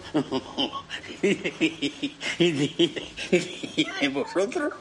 ¿Y vosotros?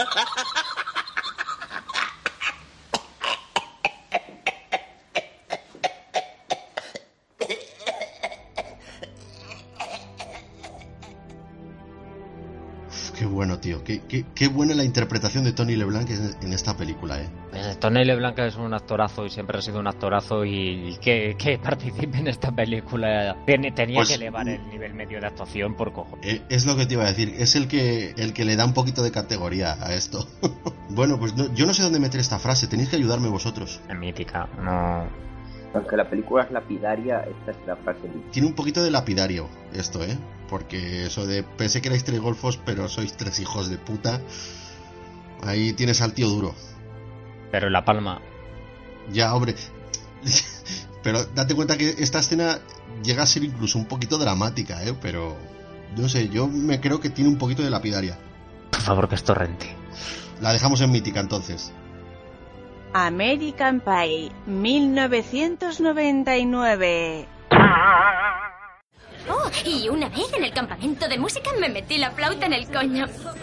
Qué bueno, tío. Qué buena la interpretación de Tony LeBlanc en esta película, ¿eh? Tony LeBlanc es un actorazo y siempre ha sido un actorazo y que participe en esta película tenía pues, que elevar el nivel medio de actuación por cojones. Es lo que te iba a decir. Es el que le da un poquito de categoría a esto. Bueno, pues yo no sé dónde meter esta frase. Tenéis que ayudarme vosotros. Es mítica, no... Aunque la película es lapidaria, esta es la frase mítica. Tiene un poquito de lapidario esto, ¿eh? Porque eso de pensé que erais 3 golfos, pero sois 3 hijos de puta. Ahí tienes al tío duro. Pero en La Palma. Ya, hombre. Pero date cuenta que esta escena llega a ser incluso un poquito dramática, ¿eh? Pero no sé, yo me creo que tiene un poquito de lapidaria. Por favor, que es Torrente. La dejamos en mítica entonces. American Pie, 1999. Oh, y una vez en el campamento de música me metí la flauta en el coño.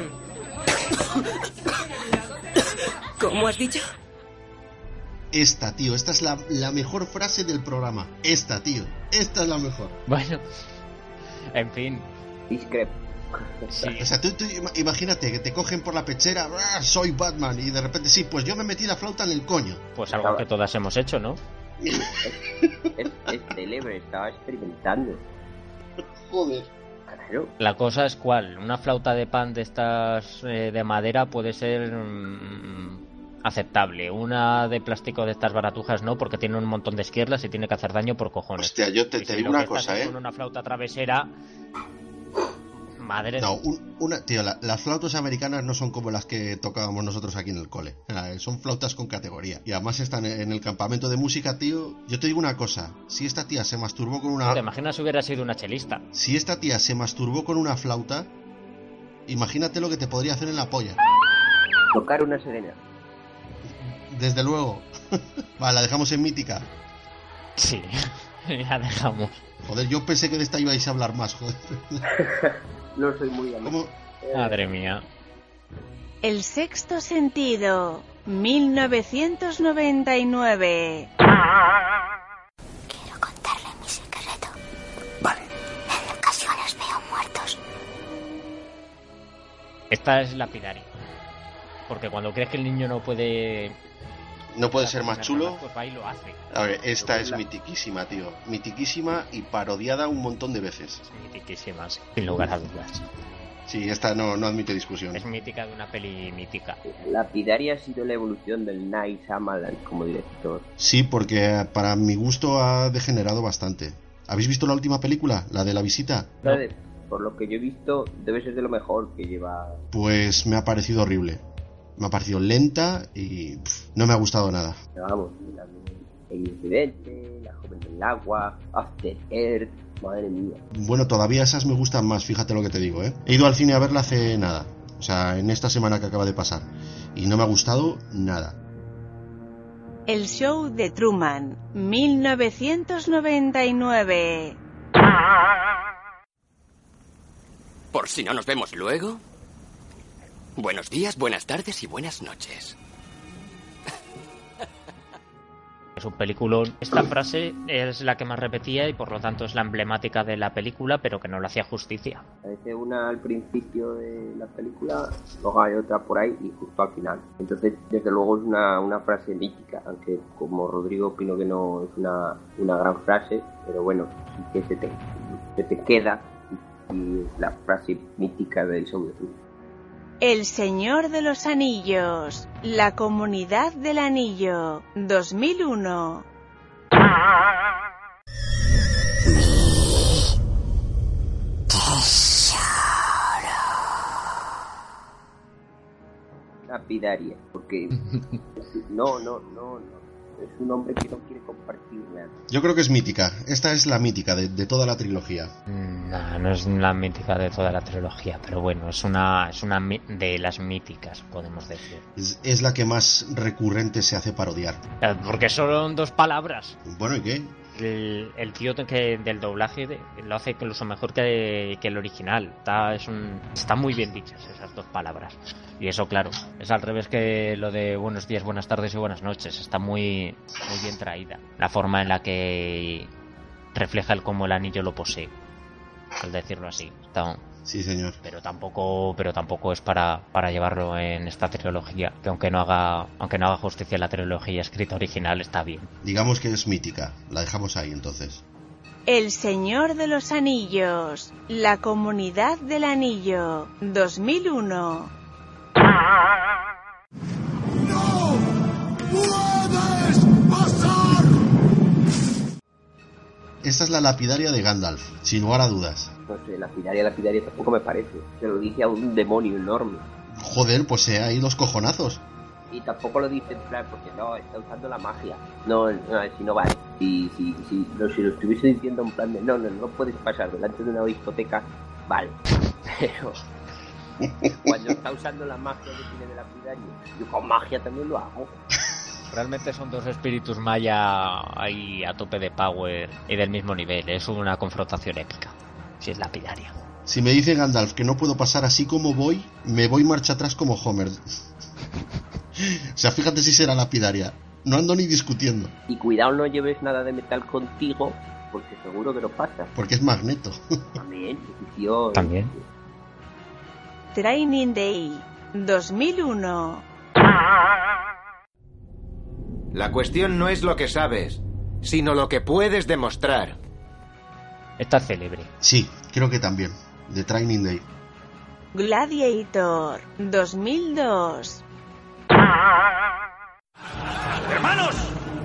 ¿Cómo has dicho? Esta, tío, esta es la mejor frase del programa. Esta, tío, esta es la mejor. Bueno, en fin. Discrepo. Sí. O sea, tú imagínate que te cogen por la pechera, soy Batman, y de repente sí, pues yo me metí la flauta en el coño. Pues algo que todas hemos hecho, ¿no? Es célebre, estaba experimentando. Joder. Claro. La cosa es cuál, una flauta de pan de estas de madera puede ser aceptable, una de plástico de estas baratujas no, porque tiene un montón de esquirlas y tiene que hacer daño por cojones. Hostia, yo te digo una cosa, con una flauta travesera... Madre no, tío, las flautas americanas no son como las que tocábamos nosotros aquí en el cole. Son flautas con categoría. Y además están en el campamento de música, tío. Yo te digo una cosa. Si esta tía se masturbó con una... ¿Te imaginas si hubiera sido una chelista? Si esta tía se masturbó con una flauta, imagínate lo que te podría hacer en la polla. Tocar una serena. Desde luego. Vale, la dejamos en mítica. Sí, la dejamos. Joder, yo pensé que de esta ibais a hablar más, joder. No soy muy amigo. Madre mía. El sexto sentido, 1999. Quiero contarle mi secreto. Vale. En ocasiones veo muertos. Esta es lapidaria. Porque cuando crees que el niño no puede ser más chulo, pues va y lo hace. A ver, esta es mitiquísima, tío. Mitiquísima y parodiada un montón de veces. Mitiquísima, sin lugar a dudas. Sí, esta no admite discusión. Es mítica de una peli mítica. Lapidaria ha sido la evolución del Night Shyamalan como director. Sí, porque para mi gusto ha degenerado bastante. ¿Habéis visto la última película? La de La Visita. No. Por lo que yo he visto, debe ser de lo mejor que lleva. Pues me ha parecido horrible. Me ha parecido lenta y no me ha gustado nada. Pero vamos, el incidente, la joven del agua, After Earth, madre mía. Bueno, todavía esas me gustan más, fíjate lo que te digo, ¿eh? He ido al cine a verla hace nada, o sea, en esta semana que acaba de pasar, y no me ha gustado nada. El show de Truman, 1999. Por si no nos vemos luego. Buenos días, buenas tardes y buenas noches. Es un peliculón. Esta frase es la que más repetía y por lo tanto es la emblemática de la película, pero que no le hacía justicia. Parece una al principio de la película, luego hay otra por ahí y justo al final. Entonces, desde luego es una frase mítica, aunque como Rodrigo opino que no es una gran frase, pero bueno, sí que se te queda y es la frase mítica del show de Truman. El Señor de los Anillos, La Comunidad del Anillo, 2001. Lapidaria, porque no, es un hombre que no quiere compartir nada. Yo creo que es mítica. Esta es la mítica de toda la trilogía. No es la mítica de toda la trilogía, pero bueno, es una de las míticas, podemos decir. Es la que más recurrente se hace parodiar. Porque son 2 palabras. Bueno, ¿y qué? El tío del doblaje lo hace incluso mejor que el original. Está muy bien dichas esas 2 palabras. Y eso, claro, es al revés que lo de buenos días, buenas tardes y buenas noches. Está muy bien traída. La forma en la que refleja cómo el anillo lo posee, al decirlo así. Sí, señor. Pero tampoco es para llevarlo en esta trilogía, que aunque no haga justicia a la trilogía escrita original, está bien. Digamos que es mítica, la dejamos ahí entonces. El Señor de los Anillos, La Comunidad del Anillo, 2001. ¡No puedes pasar! Esta es la lapidaria de Gandalf, sin lugar a dudas. No sé, lapidaria tampoco me parece. Se lo dice a un demonio enorme. Joder, pues ahí los cojonazos. Y tampoco lo dice en plan porque no, está usando la magia. No, si no vale. Si lo estuviese diciendo en plan de no puedes pasar delante de una discoteca, vale. Pero cuando está usando la magia que tiene de lapidario, yo con magia también lo hago. Realmente son 2 espíritus maya ahí a tope de power y del mismo nivel. Es una confrontación épica. Si es lapidaria. Si me dice Gandalf que no puedo pasar así como voy, me voy marcha atrás como Homer. O sea, fíjate si será lapidaria. No ando ni discutiendo. Y cuidado, no lleves nada de metal contigo, porque seguro que lo pasas. Porque es Magneto. También, tío. También. Training Day, 2001. La cuestión no es lo que sabes, sino lo que puedes demostrar. Esta es célebre. Sí, creo que también. The Training Day. Gladiator, 2002. ¡Hermanos!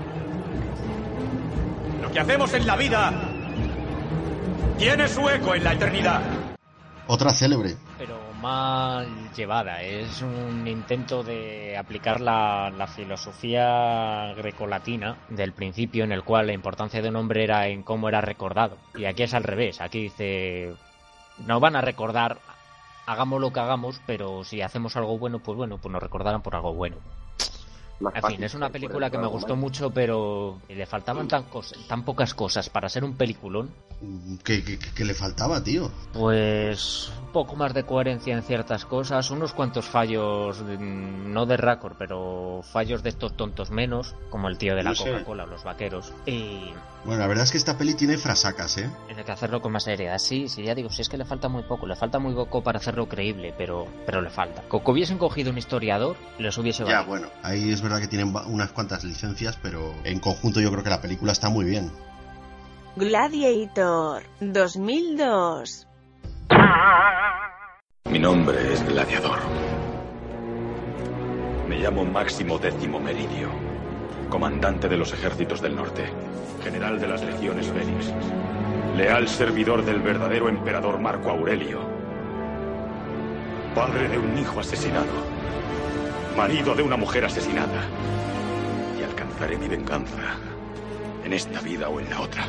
Lo que hacemos en la vida tiene su eco en la eternidad. Otra célebre. Pero mal llevada. Es un intento de aplicar la filosofía grecolatina del principio, en el cual la importancia de un hombre era en cómo era recordado. Y aquí es al revés. Aquí dice, no van a recordar, hagamos lo que hagamos, pero si hacemos algo bueno, pues nos recordarán por algo bueno. Más En fin, es una película que me gustó mucho, pero le faltaban tan pocas cosas para ser un peliculón. ¿Qué le faltaba, tío? Pues un poco más de coherencia en ciertas cosas, unos cuantos fallos, no de récord, pero fallos de estos tontos menos, como el tío de la Coca-Cola o los vaqueros. Y... bueno, la verdad es que esta peli tiene frasacas, ¿eh? Tiene que hacerlo con más seriedad. Sí, ya digo, si es que le falta muy poco para hacerlo creíble, pero le falta. Como hubiesen cogido un historiador, les hubiese valido. Ya, bueno, ahí es verdad que tienen unas cuantas licencias, pero en conjunto yo creo que la película está muy bien. Gladiator 2002. Mi nombre es Gladiador. Me llamo Máximo Décimo Meridio, comandante de los ejércitos del norte, general de las legiones Félix, leal servidor del verdadero emperador Marco Aurelio, padre de un hijo asesinado, marido de una mujer asesinada, y alcanzaré mi venganza en esta vida o en la otra.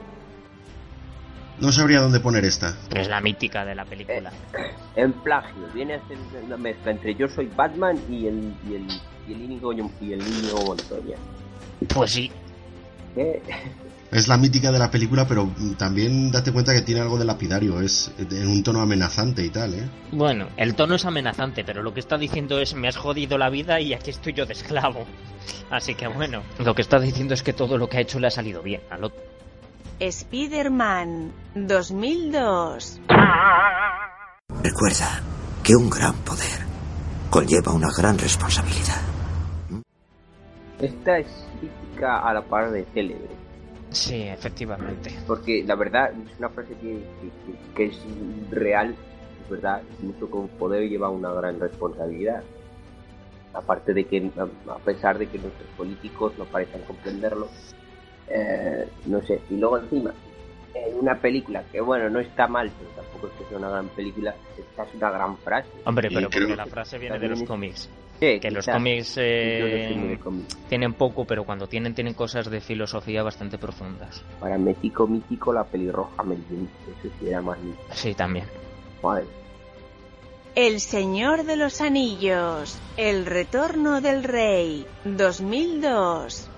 No sabría dónde poner esta. Es la mítica de la película. En plagio, viene a ser una mezcla entre Yo soy Batman y el Íñigo Montoya. Pues sí. ¿Qué? Es la mítica de la película, pero también date cuenta que tiene algo de lapidario, es en un tono amenazante y tal, ¿eh? Bueno, el tono es amenazante, pero lo que está diciendo es: me has jodido la vida y aquí estoy yo de esclavo. Así que bueno, lo que está diciendo es que todo lo que ha hecho le ha salido bien al otro. Spider-Man 2002. Recuerda que un gran poder conlleva una gran responsabilidad. Esta es típica a la par de Célebre. Sí, efectivamente. Porque la verdad es una frase que es real, es verdad, mucho con poder lleva una gran responsabilidad. Aparte de que, a pesar de que nuestros políticos no parecen comprenderlo, no sé, y luego encima en una película que bueno, no está mal, pero tampoco es que sea una gran película, esta es una gran frase. Hombre, pero porque la frase viene de los cómics. Sí, que los cómics tienen poco, pero cuando tienen cosas de filosofía bastante profundas. Para mítico la pelirroja Melvin, eso sí era más mítico. Sí, también. Madre. El Señor de los Anillos, El Retorno del Rey 2002.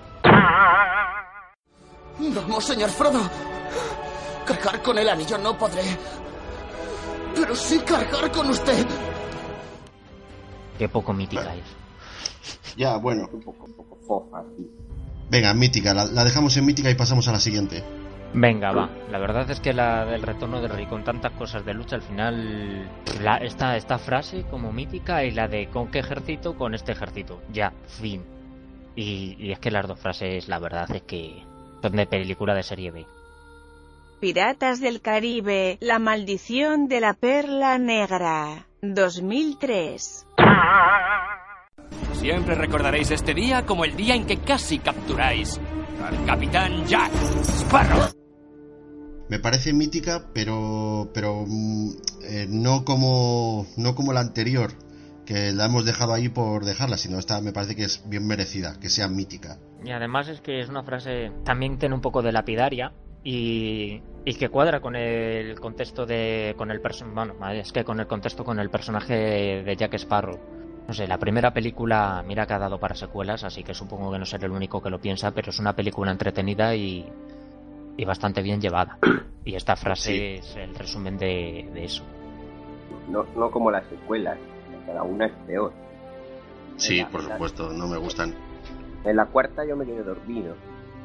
Vamos, señor Frodo. Cargar con el anillo no podré, pero sí cargar con usted. Qué poco mítica es. Ya, bueno. Un poco fofa, sí. Venga, mítica, la dejamos en mítica y pasamos a la siguiente. Venga, va. La verdad es que la del Retorno del Rey, con tantas cosas de lucha, al final esta frase como mítica, y la de ¿con qué ejército? Con este ejército. Ya, fin. Y es que las dos frases, la verdad es que son de película de serie B. Piratas del Caribe, La maldición de la perla negra 2003. Siempre recordaréis este día como el día en que casi capturáis al capitán Jack Sparrow. Me parece mítica, pero no como la anterior, que la hemos dejado ahí por dejarla, sino esta me parece que es bien merecida, que sea mítica. Y además es que es una frase también tiene un poco de lapidaria y que cuadra con el contexto con el contexto con el personaje de Jack Sparrow. No sé, la primera película, mira que ha dado para secuelas, así que supongo que no seré el único que lo piensa, pero es una película entretenida y bastante bien llevada. Y esta frase es el resumen de eso. No como las secuelas, cada una es peor. Sí, por supuesto, no me gustan. En la cuarta yo me quedé dormido.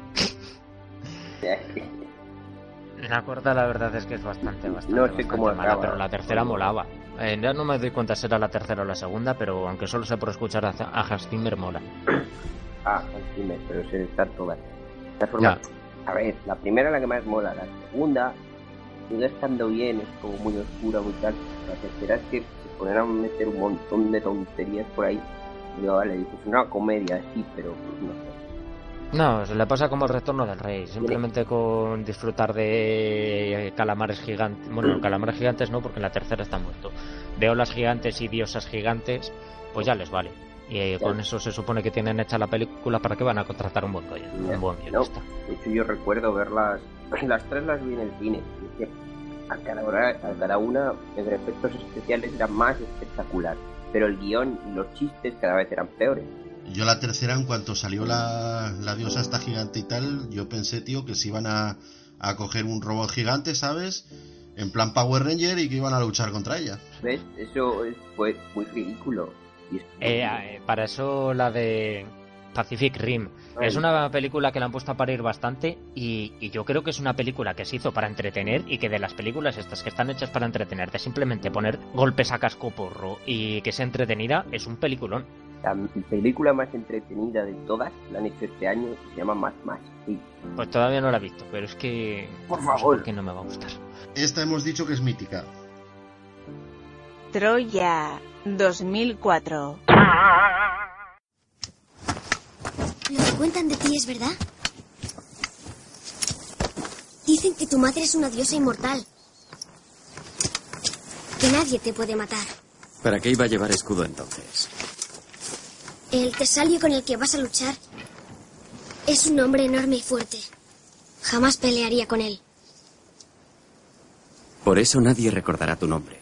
En la cuarta la verdad es que es bastante no sé cómo mala, acaba, pero la tercera molaba. Ya no me doy cuenta si era la tercera o la segunda, pero aunque solo sea por escuchar a Hans Zimmer, mola. Hans Zimmer, pero se están todas. De forma, a ver, la primera es la que más mola, la segunda sigue estando bien, es como muy oscura, muy tal. La tercera es que se ponen a meter un montón de tonterías por ahí. Y yo, vale, es una comedia, sí, pero no sé. No, se le pasa como el Retorno del Rey, simplemente con disfrutar de calamares gigantes. Bueno, calamares gigantes no, porque en la tercera está muerto. De olas gigantes y diosas gigantes, pues ya les vale. Y con eso se supone que tienen hecha la película. ¿Para qué van a contratar un buen guionista? De hecho, yo recuerdo verlas, las tres las vi en el cine. Y a cada una, en efectos especiales, era más espectacular. Pero el guión y los chistes cada vez eran peores. Yo la tercera, en cuanto salió la diosa esta gigante y tal, yo pensé, tío, que se iban a coger un robot gigante, ¿sabes? En plan Power Ranger, y que iban a luchar contra ella. ¿Ves? Eso fue muy ridículo. Para eso la de Pacific Rim. Es una película que la han puesto a parir bastante y yo creo que es una película que se hizo para entretener, y que de las películas estas que están hechas para entretener, de simplemente poner golpes a cascoporro y que sea entretenida, es un peliculón. La película más entretenida de todas la han hecho este año, se llama Mad Max. Sí. Pues todavía no la he visto, pero es que... Por favor. Que no me va a gustar. Esta hemos dicho que es mítica. Troya, 2004. Lo que cuentan de ti es verdad. Dicen que tu madre es una diosa inmortal. Que nadie te puede matar. ¿Para qué iba a llevar escudo entonces? El tesalio con el que vas a luchar es un hombre enorme y fuerte. Jamás pelearía con él. Por eso nadie recordará tu nombre.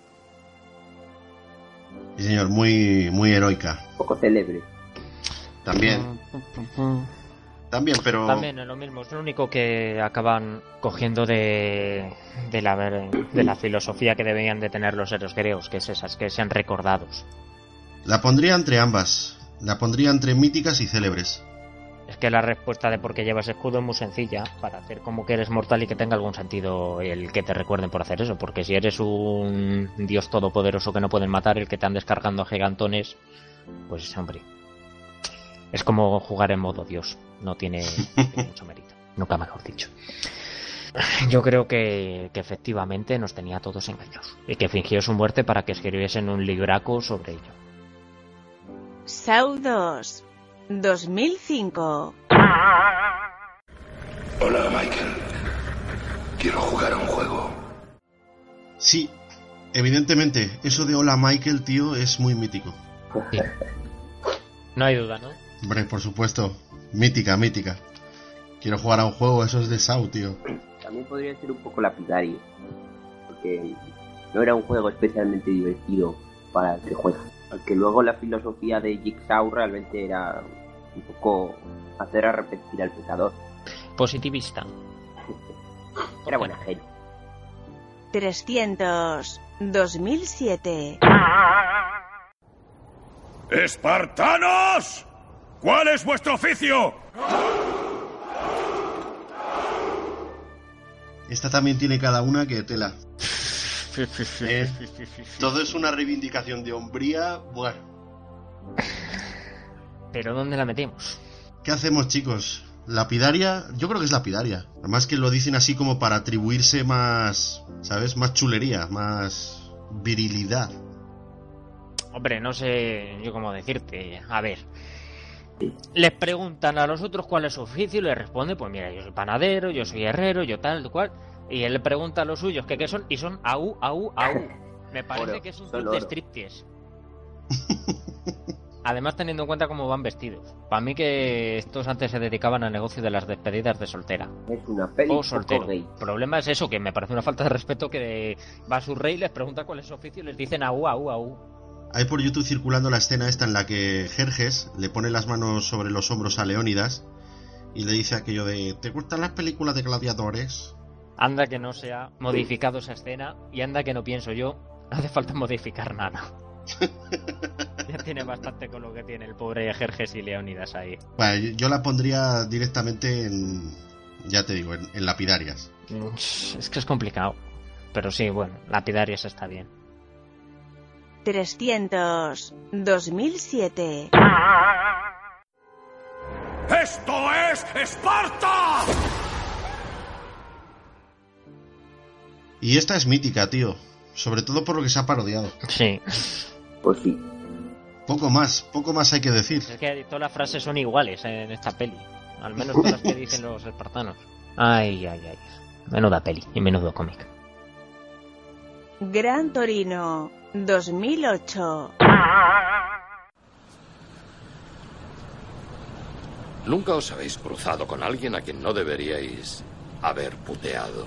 Sí, señor, muy, muy heroica. Un poco célebre. También, pero... También es lo mismo, es lo único que acaban cogiendo de la filosofía que deberían de tener los héroes griegos, que es esas, que sean recordados. La pondría entre ambas. La pondría entre míticas y célebres. Es que la respuesta de por qué llevas escudo es muy sencilla, para hacer como que eres mortal y que tenga algún sentido el que te recuerden por hacer eso, porque si eres un dios todopoderoso que no pueden matar, el que te andes cargando a gigantones, pues hombre, es como jugar en modo dios, no tiene mucho mérito, nunca mejor dicho. Yo creo que efectivamente nos tenía todos engañados y que fingió su muerte para que escribiesen un libraco sobre ello. Saw 2, 2005. Hola, Michael. Quiero jugar a un juego. Sí, evidentemente, eso de hola, Michael, tío, es muy mítico. Sí. No hay duda, ¿no? Hombre, por supuesto, mítica. Quiero jugar a un juego, eso es de Saw, tío. También podría ser un poco lapidario, porque no era un juego especialmente divertido para el que juega. Aunque luego la filosofía de Jigsaw realmente era un poco hacer arrepentir al pecador. Positivista. Era buena gente. 300, 2007. ¡Espartanos! ¿Cuál es vuestro oficio? Esta también tiene cada una que tela. Todo es una reivindicación de hombría. Bueno. ¿Pero dónde la metemos? ¿Qué hacemos, chicos? ¿Lapidaria? Yo creo que es lapidaria. Además que lo dicen así como para atribuirse más, ¿sabes? Más chulería, más virilidad. Hombre, no sé yo cómo decirte. A ver, les preguntan a los otros cuál es su oficio y les responde, pues mira, yo soy panadero, yo soy herrero, yo tal, cual. Y él le pregunta a los suyos que qué son, y son au. Me parece oro, que es un club de striptease. Además, teniendo en cuenta cómo van vestidos. Para mí que estos antes se dedicaban al negocio de las despedidas de soltera. Es una peli o soltero. Gay. El problema es eso, que me parece una falta de respeto que va a su rey, les pregunta cuál es su oficio y les dicen au. Hay por YouTube circulando la escena esta en la que Jerjes le pone las manos sobre los hombros a Leónidas y le dice aquello de ¿te gustan las películas de gladiadores? Anda que no se ha modificado esa escena y anda que no pienso yo, no hace falta modificar nada. Ya tiene bastante con lo que tiene el pobre Jerjes y Leónidas ahí. Bueno, yo la pondría directamente en, ya te digo, en lapidarias. Es que es complicado, pero sí, bueno, lapidarias está bien. 300, 2007. ¡Esto es Esparta! Y esta es mítica, tío. Sobre todo por lo que se ha parodiado. Sí. Pues sí. Poco más hay que decir. Es que todas las frases son iguales en esta peli. Al menos todas las que dicen los espartanos. Ay. Menuda peli y menudo cómic. Gran Torino, 2008. ¿Nunca os habéis cruzado con alguien a quien no deberíais haber puteado?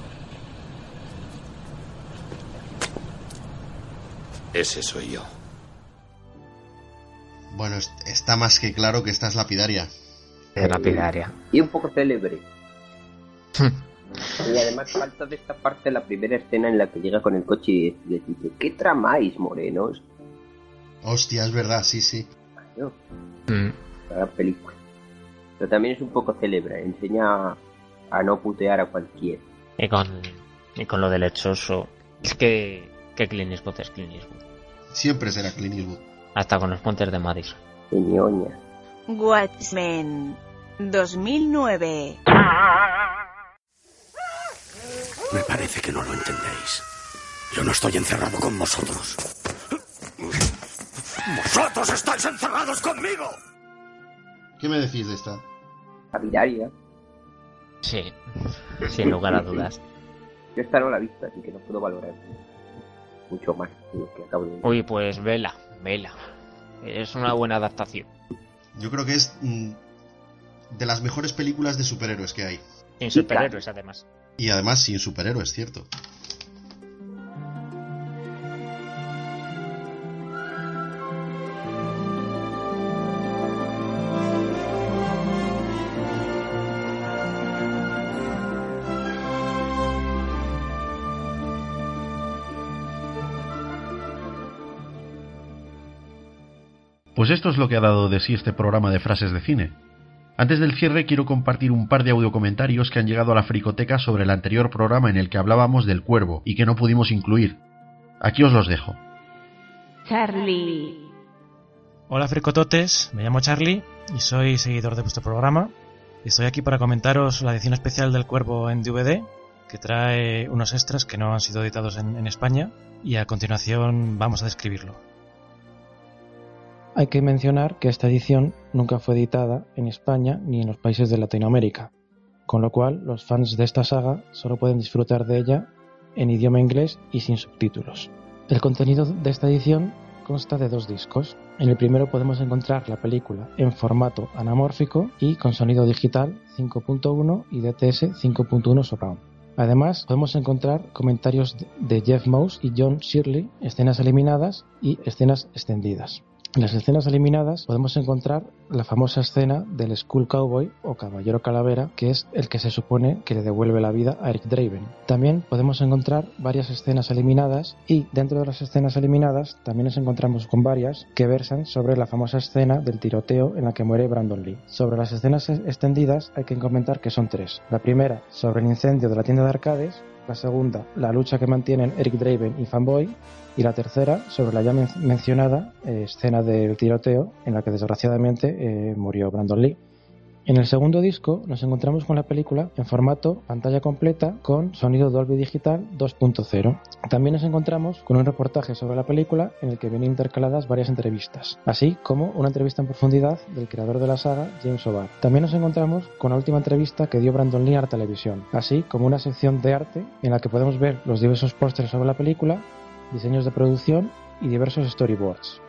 Ese soy yo. Bueno, está más que claro que esta es lapidaria. Lapidaria. Y un poco célebre. Y además falta de esta parte la primera escena en la que llega con el coche y les dice: ¿qué tramáis, morenos? Hostia, es verdad, sí. No. La película. Pero también es un poco célebre, enseña a no putear a cualquiera. Y con lo del lechoso. Es que Clint Eastwood es Clint Eastwood. Siempre será Clint Eastwood. Hasta con los puentes de Madison. Ñoña. Watchmen 2009. Me parece que no lo entendéis. Yo no estoy encerrado con vosotros. ¡Vosotros estáis encerrados conmigo! ¿Qué me decís de esta? Lapidaria. Sí, sin lugar a dudas. Yo esta no la he visto, así que no puedo valorar mucho más de lo que acabo de decir. Uy, pues vela. Es una buena adaptación. Yo creo que es de las mejores películas de superhéroes que hay. Sin superhéroes, además. Y además sin superhéroes, cierto. Pues esto es lo que ha dado de sí este programa de frases de cine. Antes del cierre quiero compartir un par de audiocomentarios que han llegado a la fricoteca sobre el anterior programa en el que hablábamos del cuervo y que no pudimos incluir. Aquí os los dejo. Charlie. Hola fricototes, me llamo Charlie y soy seguidor de vuestro programa. Y estoy aquí para comentaros la edición especial del Cuervo en DVD, que trae unos extras que no han sido editados en España, y a continuación vamos a describirlo. Hay que mencionar que esta edición nunca fue editada en España ni en los países de Latinoamérica, con lo cual los fans de esta saga solo pueden disfrutar de ella en idioma inglés y sin subtítulos. El contenido de esta edición consta de 2 discos. En el primero podemos encontrar la película en formato anamórfico y con sonido digital 5.1 y DTS 5.1 surround. Además, podemos encontrar comentarios de Jeff Mouse y John Shirley, escenas eliminadas y escenas extendidas. En las escenas eliminadas podemos encontrar la famosa escena del Skull Cowboy o Caballero Calavera, que es el que se supone que le devuelve la vida a Eric Draven. También podemos encontrar varias escenas eliminadas y dentro de las escenas eliminadas también nos encontramos con varias que versan sobre la famosa escena del tiroteo en la que muere Brandon Lee. Sobre las escenas extendidas hay que comentar que son 3. La primera sobre el incendio de la tienda de arcades, la segunda la lucha que mantienen Eric Draven y Fanboy, y la tercera sobre la ya mencionada escena del tiroteo en la que desgraciadamente murió Brandon Lee. En el segundo disco nos encontramos con la película en formato pantalla completa con sonido Dolby Digital 2.0. También nos encontramos con un reportaje sobre la película en el que vienen intercaladas varias entrevistas, así como una entrevista en profundidad del creador de la saga, James O'Barr. También nos encontramos con la última entrevista que dio Brandon Lee a la televisión, así como una sección de arte en la que podemos ver los diversos pósteres sobre la película, diseños de producción y diversos storyboards.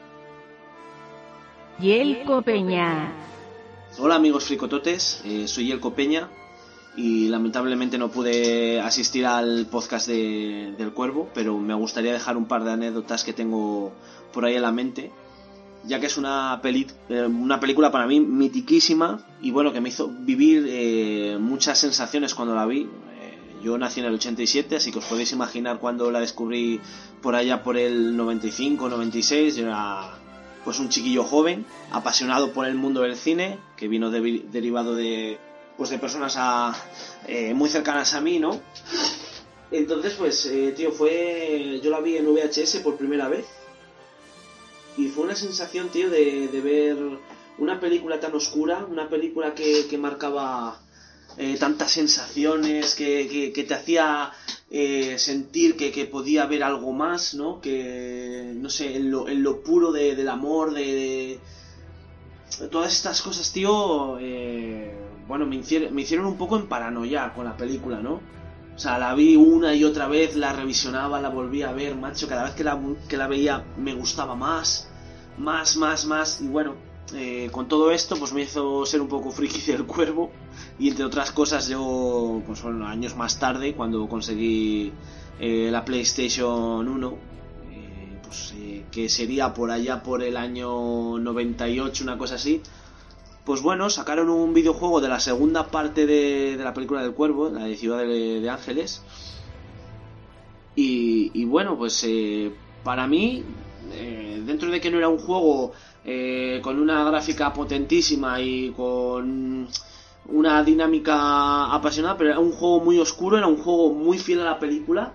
Yelko Peña. Hola amigos fricototes, soy Yelko Peña y lamentablemente no pude asistir al podcast del Cuervo, pero me gustaría dejar un par de anécdotas que tengo por ahí en la mente, ya que es una película para mí mitiquísima y bueno, que me hizo vivir muchas sensaciones cuando la vi. Yo nací en el 87, así que os podéis imaginar cuando la descubrí por allá por el 95, 96. Yo era pues un chiquillo joven, apasionado por el mundo del cine, que vino derivado de personas muy cercanas a mí, ¿no? Entonces, pues, yo la vi en VHS por primera vez. Y fue una sensación, tío, de ver una película tan oscura, una película que marcaba tantas sensaciones, que te hacía sentir que podía haber algo más, ¿no? Que, no sé, en lo puro del amor, de todas estas cosas, tío, bueno, me hicieron un poco emparanoiar con la película, ¿no? O sea, la vi una y otra vez, la revisionaba, la volví a ver, macho, cada vez que la veía me gustaba más, y bueno, con todo esto pues me hizo ser un poco friki del Cuervo. Y entre otras cosas yo, pues bueno, años más tarde, cuando conseguí la PlayStation 1, pues que sería por allá por el año 98, una cosa así. Pues bueno, sacaron un videojuego de la segunda parte de la película del Cuervo, la de Ciudad de Ángeles. Y bueno, pues para mí, dentro de que no era un juego con una gráfica potentísima y con una dinámica apasionada, pero era un juego muy oscuro, era un juego muy fiel a la película.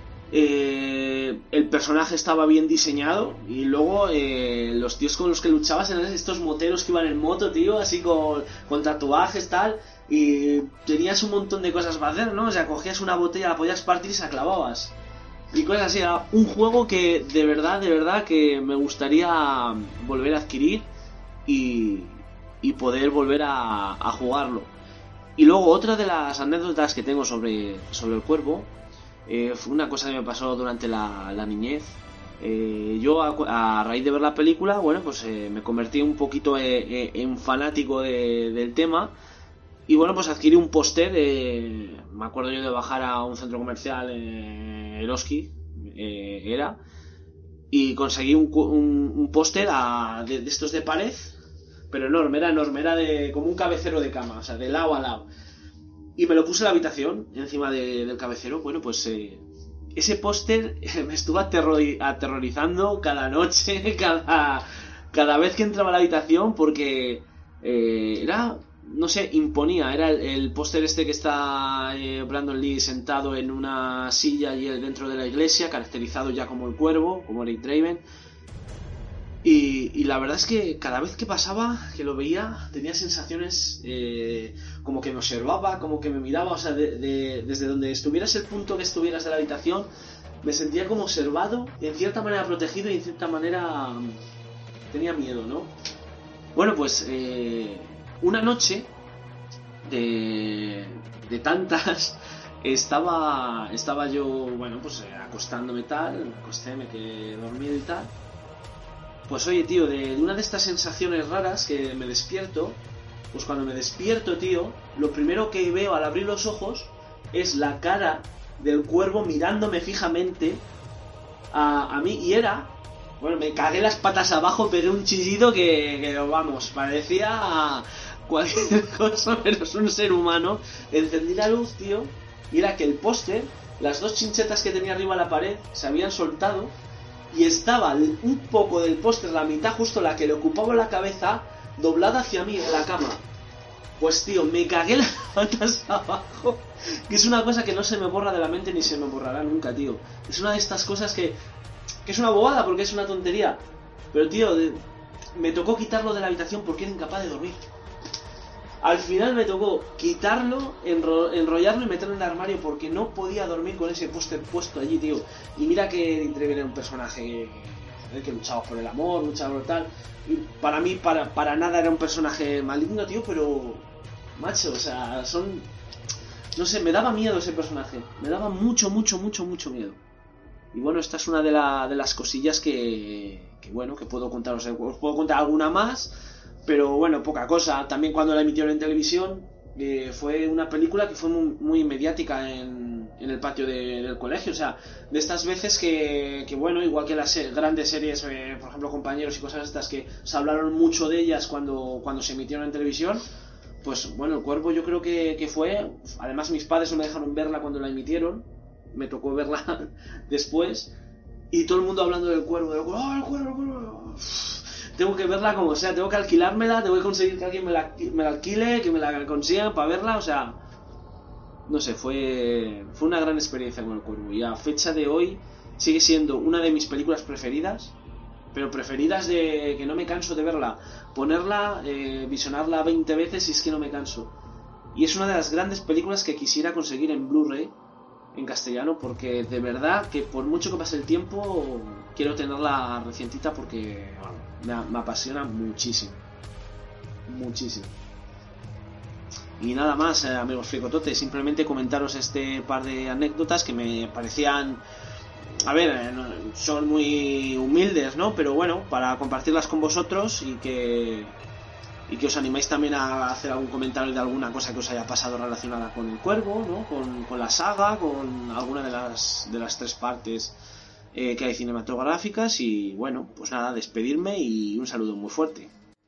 El personaje estaba bien diseñado y luego los tíos con los que luchabas eran estos moteros que iban en moto, tío, así con tatuajes, tal, y tenías un montón de cosas para hacer, ¿no? O sea, cogías una botella, la podías partir y se la clavabas y cosas así. Era un juego que de verdad que me gustaría volver a adquirir y poder volver a jugarlo. Y luego otra de las anécdotas que tengo sobre el Cuervo fue una cosa que me pasó durante la niñez. Yo a raíz de ver la película, bueno, pues me convertí un poquito en fanático del tema. Y bueno, pues adquirí un póster. Me acuerdo yo de bajar a un centro comercial, Eroski era, y conseguí un póster de estos de pared, pero enorme, era de como un cabecero de cama, o sea, de lado a lado. Y me lo puse en la habitación, encima del cabecero. Bueno, pues ese póster me estuvo aterrorizando cada noche, cada vez que entraba a la habitación, porque era, no sé, imponía. Era el póster este que está Brandon Lee sentado en una silla y dentro de la iglesia, caracterizado ya como el Cuervo, como Eric Draven. Y la verdad es que cada vez que pasaba, que lo veía, tenía sensaciones como que me observaba, como que me miraba. O sea, desde donde estuvieras, el punto que estuvieras de la habitación, me sentía como observado, en cierta manera protegido y en cierta manera tenía miedo, ¿no? Bueno, pues una noche de tantas estaba yo, bueno, pues acostándome tal, me acosté, me quedé dormido y tal. Pues oye, tío, de una de estas sensaciones raras que me despierto, pues cuando me despierto, tío, lo primero que veo al abrir los ojos es la cara del Cuervo mirándome fijamente a mí, y era, bueno, me cagué las patas abajo, pegué un chillido que vamos, parecía cualquier cosa menos un ser humano. Encendí la luz, tío, y era que el póster, las dos chinchetas que tenía arriba a la pared, se habían soltado. Y estaba un poco del póster, la mitad justo la que le ocupaba la cabeza, doblada hacia mí en la cama. Pues tío, me cagué las patas abajo. Que es una cosa que no se me borra de la mente ni se me borrará nunca, tío. Es una de estas cosas que es una bobada porque es una tontería. Pero tío, me tocó quitarlo de la habitación porque era incapaz de dormir. Al final me tocó quitarlo, enrollarlo y meterlo en el armario porque no podía dormir con ese póster puesto allí, tío. Y mira que Draven era un personaje que luchaba por el amor, luchaba por tal. Y para mí, para nada era un personaje maligno, tío, pero macho, o sea, no sé, me daba miedo ese personaje. Me daba mucho miedo. Y bueno, esta es una de las cosillas que bueno, que puedo contaros. Os puedo contar alguna más, pero bueno, poca cosa. También cuando la emitieron en televisión, fue una película que fue muy mediática en el patio del colegio. O sea, de estas veces que bueno, igual que las grandes series, por ejemplo Compañeros y cosas estas, que se hablaron mucho de ellas cuando se emitieron en televisión, pues bueno, El Cuervo yo creo que fue. Además mis padres no me dejaron verla cuando la emitieron, me tocó verla después, y todo el mundo hablando del Cuervo, ¡oh, el Cuervo! Tengo que verla como sea, tengo que alquilármela, tengo que conseguir que alguien me la alquile, que me la consiga para verla. O sea, no sé, fue una gran experiencia con El Cuervo, y a fecha de hoy sigue siendo una de mis películas preferidas, pero preferidas de que no me canso de verla, ponerla, visionarla 20 veces y es que no me canso. Y es una de las grandes películas que quisiera conseguir en Blu-ray en castellano, porque de verdad que por mucho que pase el tiempo quiero tenerla recientita porque bueno, me apasiona muchísimo. Y nada más, amigos fricototes, simplemente comentaros este par de anécdotas que me parecían, a ver, son muy humildes, ¿no? Pero bueno, para compartirlas con vosotros y que os animáis también a hacer algún comentario de alguna cosa que os haya pasado relacionada con El Cuervo, ¿no? Con la saga, con alguna de las tres partes que hay cinematográficas. Y bueno, pues nada, despedirme y un saludo muy fuerte.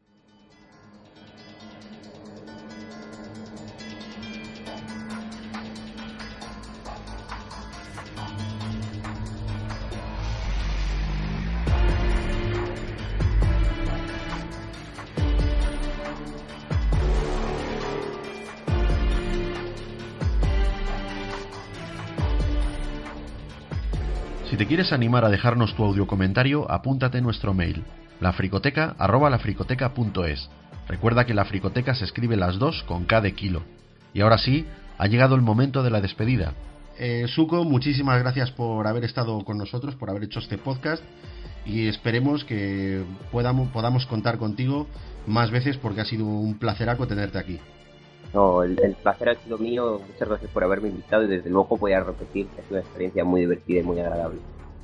Si te quieres animar a dejarnos tu audio comentario, apúntate nuestro mail, lafricoteca@lafricoteca.es. Recuerda que la Fricoteca se escribe las dos con K de kilo. Y ahora sí, ha llegado el momento de la despedida. Suco, muchísimas gracias por haber estado con nosotros, por haber hecho este podcast, y esperemos que podamos contar contigo más veces, porque ha sido un placeraco tenerte aquí. No, el placer ha sido mío. Muchas gracias por haberme invitado y desde luego voy a repetir. Es una experiencia muy divertida y muy agradable.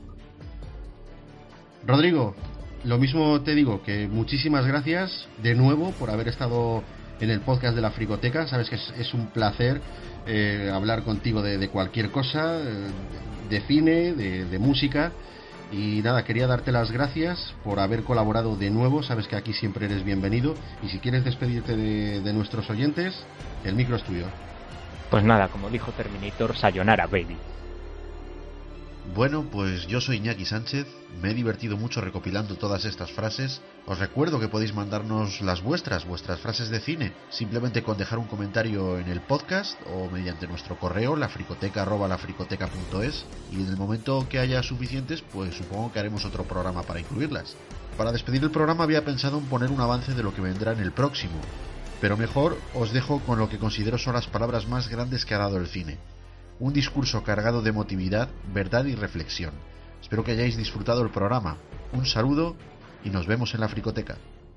Rodrigo, lo mismo te digo, que muchísimas gracias de nuevo por haber estado en el podcast de la Fricoteca. Sabes que es un placer hablar contigo de cualquier cosa, de cine, de música. Y nada, quería darte las gracias por haber colaborado de nuevo. Sabes que aquí siempre eres bienvenido. Y si quieres despedirte de nuestros oyentes, el micro es tuyo. Pues nada, como dijo Terminator, sayonara, baby. Bueno, pues yo soy Iñaki Sánchez. Me he divertido mucho recopilando todas estas frases. Os recuerdo que podéis mandarnos las vuestras frases de cine, simplemente con dejar un comentario en el podcast o mediante nuestro correo, lafricoteca@lafricoteca.es, y en el momento que haya suficientes, pues supongo que haremos otro programa para incluirlas. Para despedir el programa había pensado en poner un avance de lo que vendrá en el próximo, pero mejor os dejo con lo que considero son las palabras más grandes que ha dado el cine. Un discurso cargado de emotividad, verdad y reflexión. Espero que hayáis disfrutado el programa. Un saludo y nos vemos en la Fricoteca.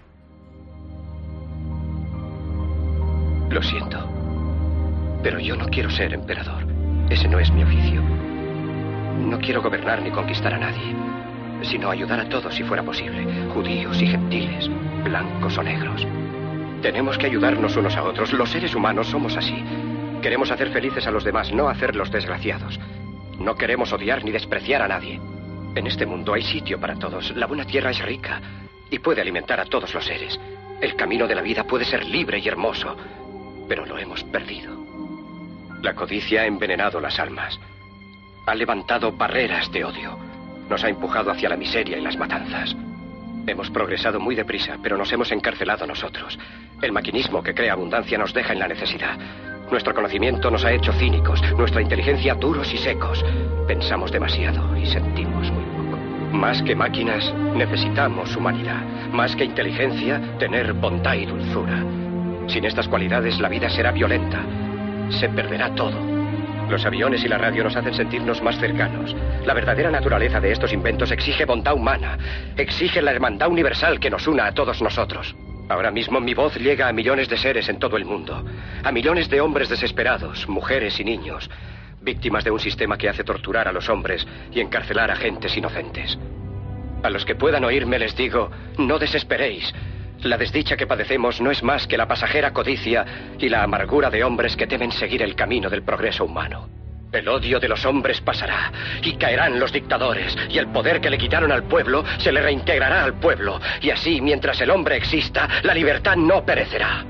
Lo siento, pero yo no quiero ser emperador. Ese no es mi oficio. No quiero gobernar ni conquistar a nadie, sino ayudar a todos si fuera posible, judíos y gentiles, blancos o negros. Tenemos que ayudarnos unos a otros. Los seres humanos somos así. Queremos hacer felices a los demás, no hacerlos desgraciados. No queremos odiar ni despreciar a nadie. En este mundo hay sitio para todos. La buena tierra es rica y puede alimentar a todos los seres. El camino de la vida puede ser libre y hermoso, pero lo hemos perdido. La codicia ha envenenado las almas. Ha levantado barreras de odio. Nos ha empujado hacia la miseria y las matanzas. Hemos progresado muy deprisa, pero nos hemos encarcelado nosotros. El maquinismo que crea abundancia nos deja en la necesidad. Nuestro conocimiento nos ha hecho cínicos, nuestra inteligencia duros y secos. Pensamos demasiado y sentimos muy poco. Más que máquinas, necesitamos humanidad. Más que inteligencia, tener bondad y dulzura. Sin estas cualidades, la vida será violenta. Se perderá todo. Los aviones y la radio nos hacen sentirnos más cercanos. La verdadera naturaleza de estos inventos exige bondad humana. Exige la hermandad universal que nos una a todos nosotros. Ahora mismo mi voz llega a millones de seres en todo el mundo. A millones de hombres desesperados, mujeres y niños. Víctimas de un sistema que hace torturar a los hombres y encarcelar a gentes inocentes. A los que puedan oírme les digo, no desesperéis. La desdicha que padecemos no es más que la pasajera codicia y la amargura de hombres que temen seguir el camino del progreso humano. El odio de los hombres pasará y caerán los dictadores y el poder que le quitaron al pueblo se le reintegrará al pueblo y así, mientras el hombre exista, la libertad no perecerá.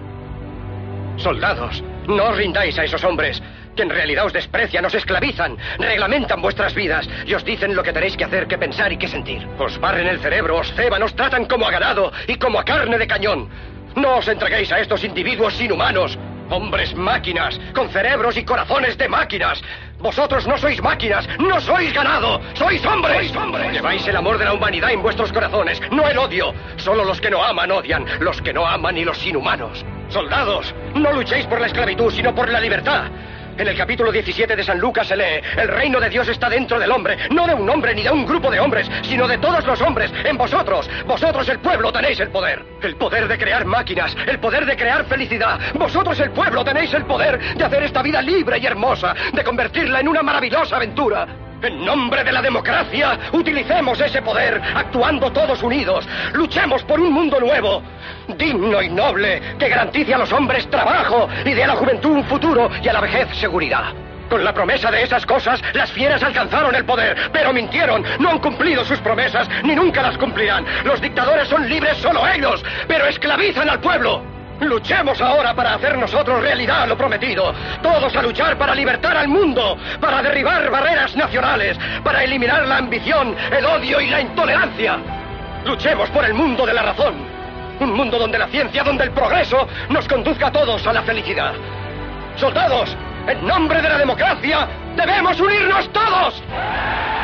Soldados, no os rindáis a esos hombres que en realidad os desprecian, os esclavizan, reglamentan vuestras vidas y os dicen lo que tenéis que hacer, que pensar y que sentir. Os barren el cerebro, os ceban, os tratan como a ganado y como a carne de cañón. No os entreguéis a estos individuos inhumanos. Hombres máquinas, con cerebros y corazones de máquinas. Vosotros no sois máquinas, no sois ganado, sois hombres. ¡Sois hombres! Lleváis el amor de la humanidad en vuestros corazones, no el odio. Solo los que no aman odian, los que no aman y los inhumanos. Soldados, no luchéis por la esclavitud, sino por la libertad. En el capítulo 17 de San Lucas se lee, el reino de Dios está dentro del hombre, no de un hombre ni de un grupo de hombres, sino de todos los hombres, en vosotros. Vosotros el pueblo tenéis el poder de crear máquinas, el poder de crear felicidad. Vosotros el pueblo tenéis el poder de hacer esta vida libre y hermosa, de convertirla en una maravillosa aventura. En nombre de la democracia, utilicemos ese poder, actuando todos unidos. Luchemos por un mundo nuevo, digno y noble, que garantice a los hombres trabajo y dé a la juventud un futuro y a la vejez seguridad. Con la promesa de esas cosas, las fieras alcanzaron el poder, pero mintieron, no han cumplido sus promesas, ni nunca las cumplirán. Los dictadores son libres solo ellos, pero esclavizan al pueblo. Luchemos ahora para hacer nosotros realidad lo prometido. Todos a luchar para libertar al mundo, para derribar barreras nacionales, para eliminar la ambición, el odio y la intolerancia. Luchemos por el mundo de la razón. Un mundo donde la ciencia, donde el progreso nos conduzca a todos a la felicidad. Soldados, en nombre de la democracia, debemos unirnos todos.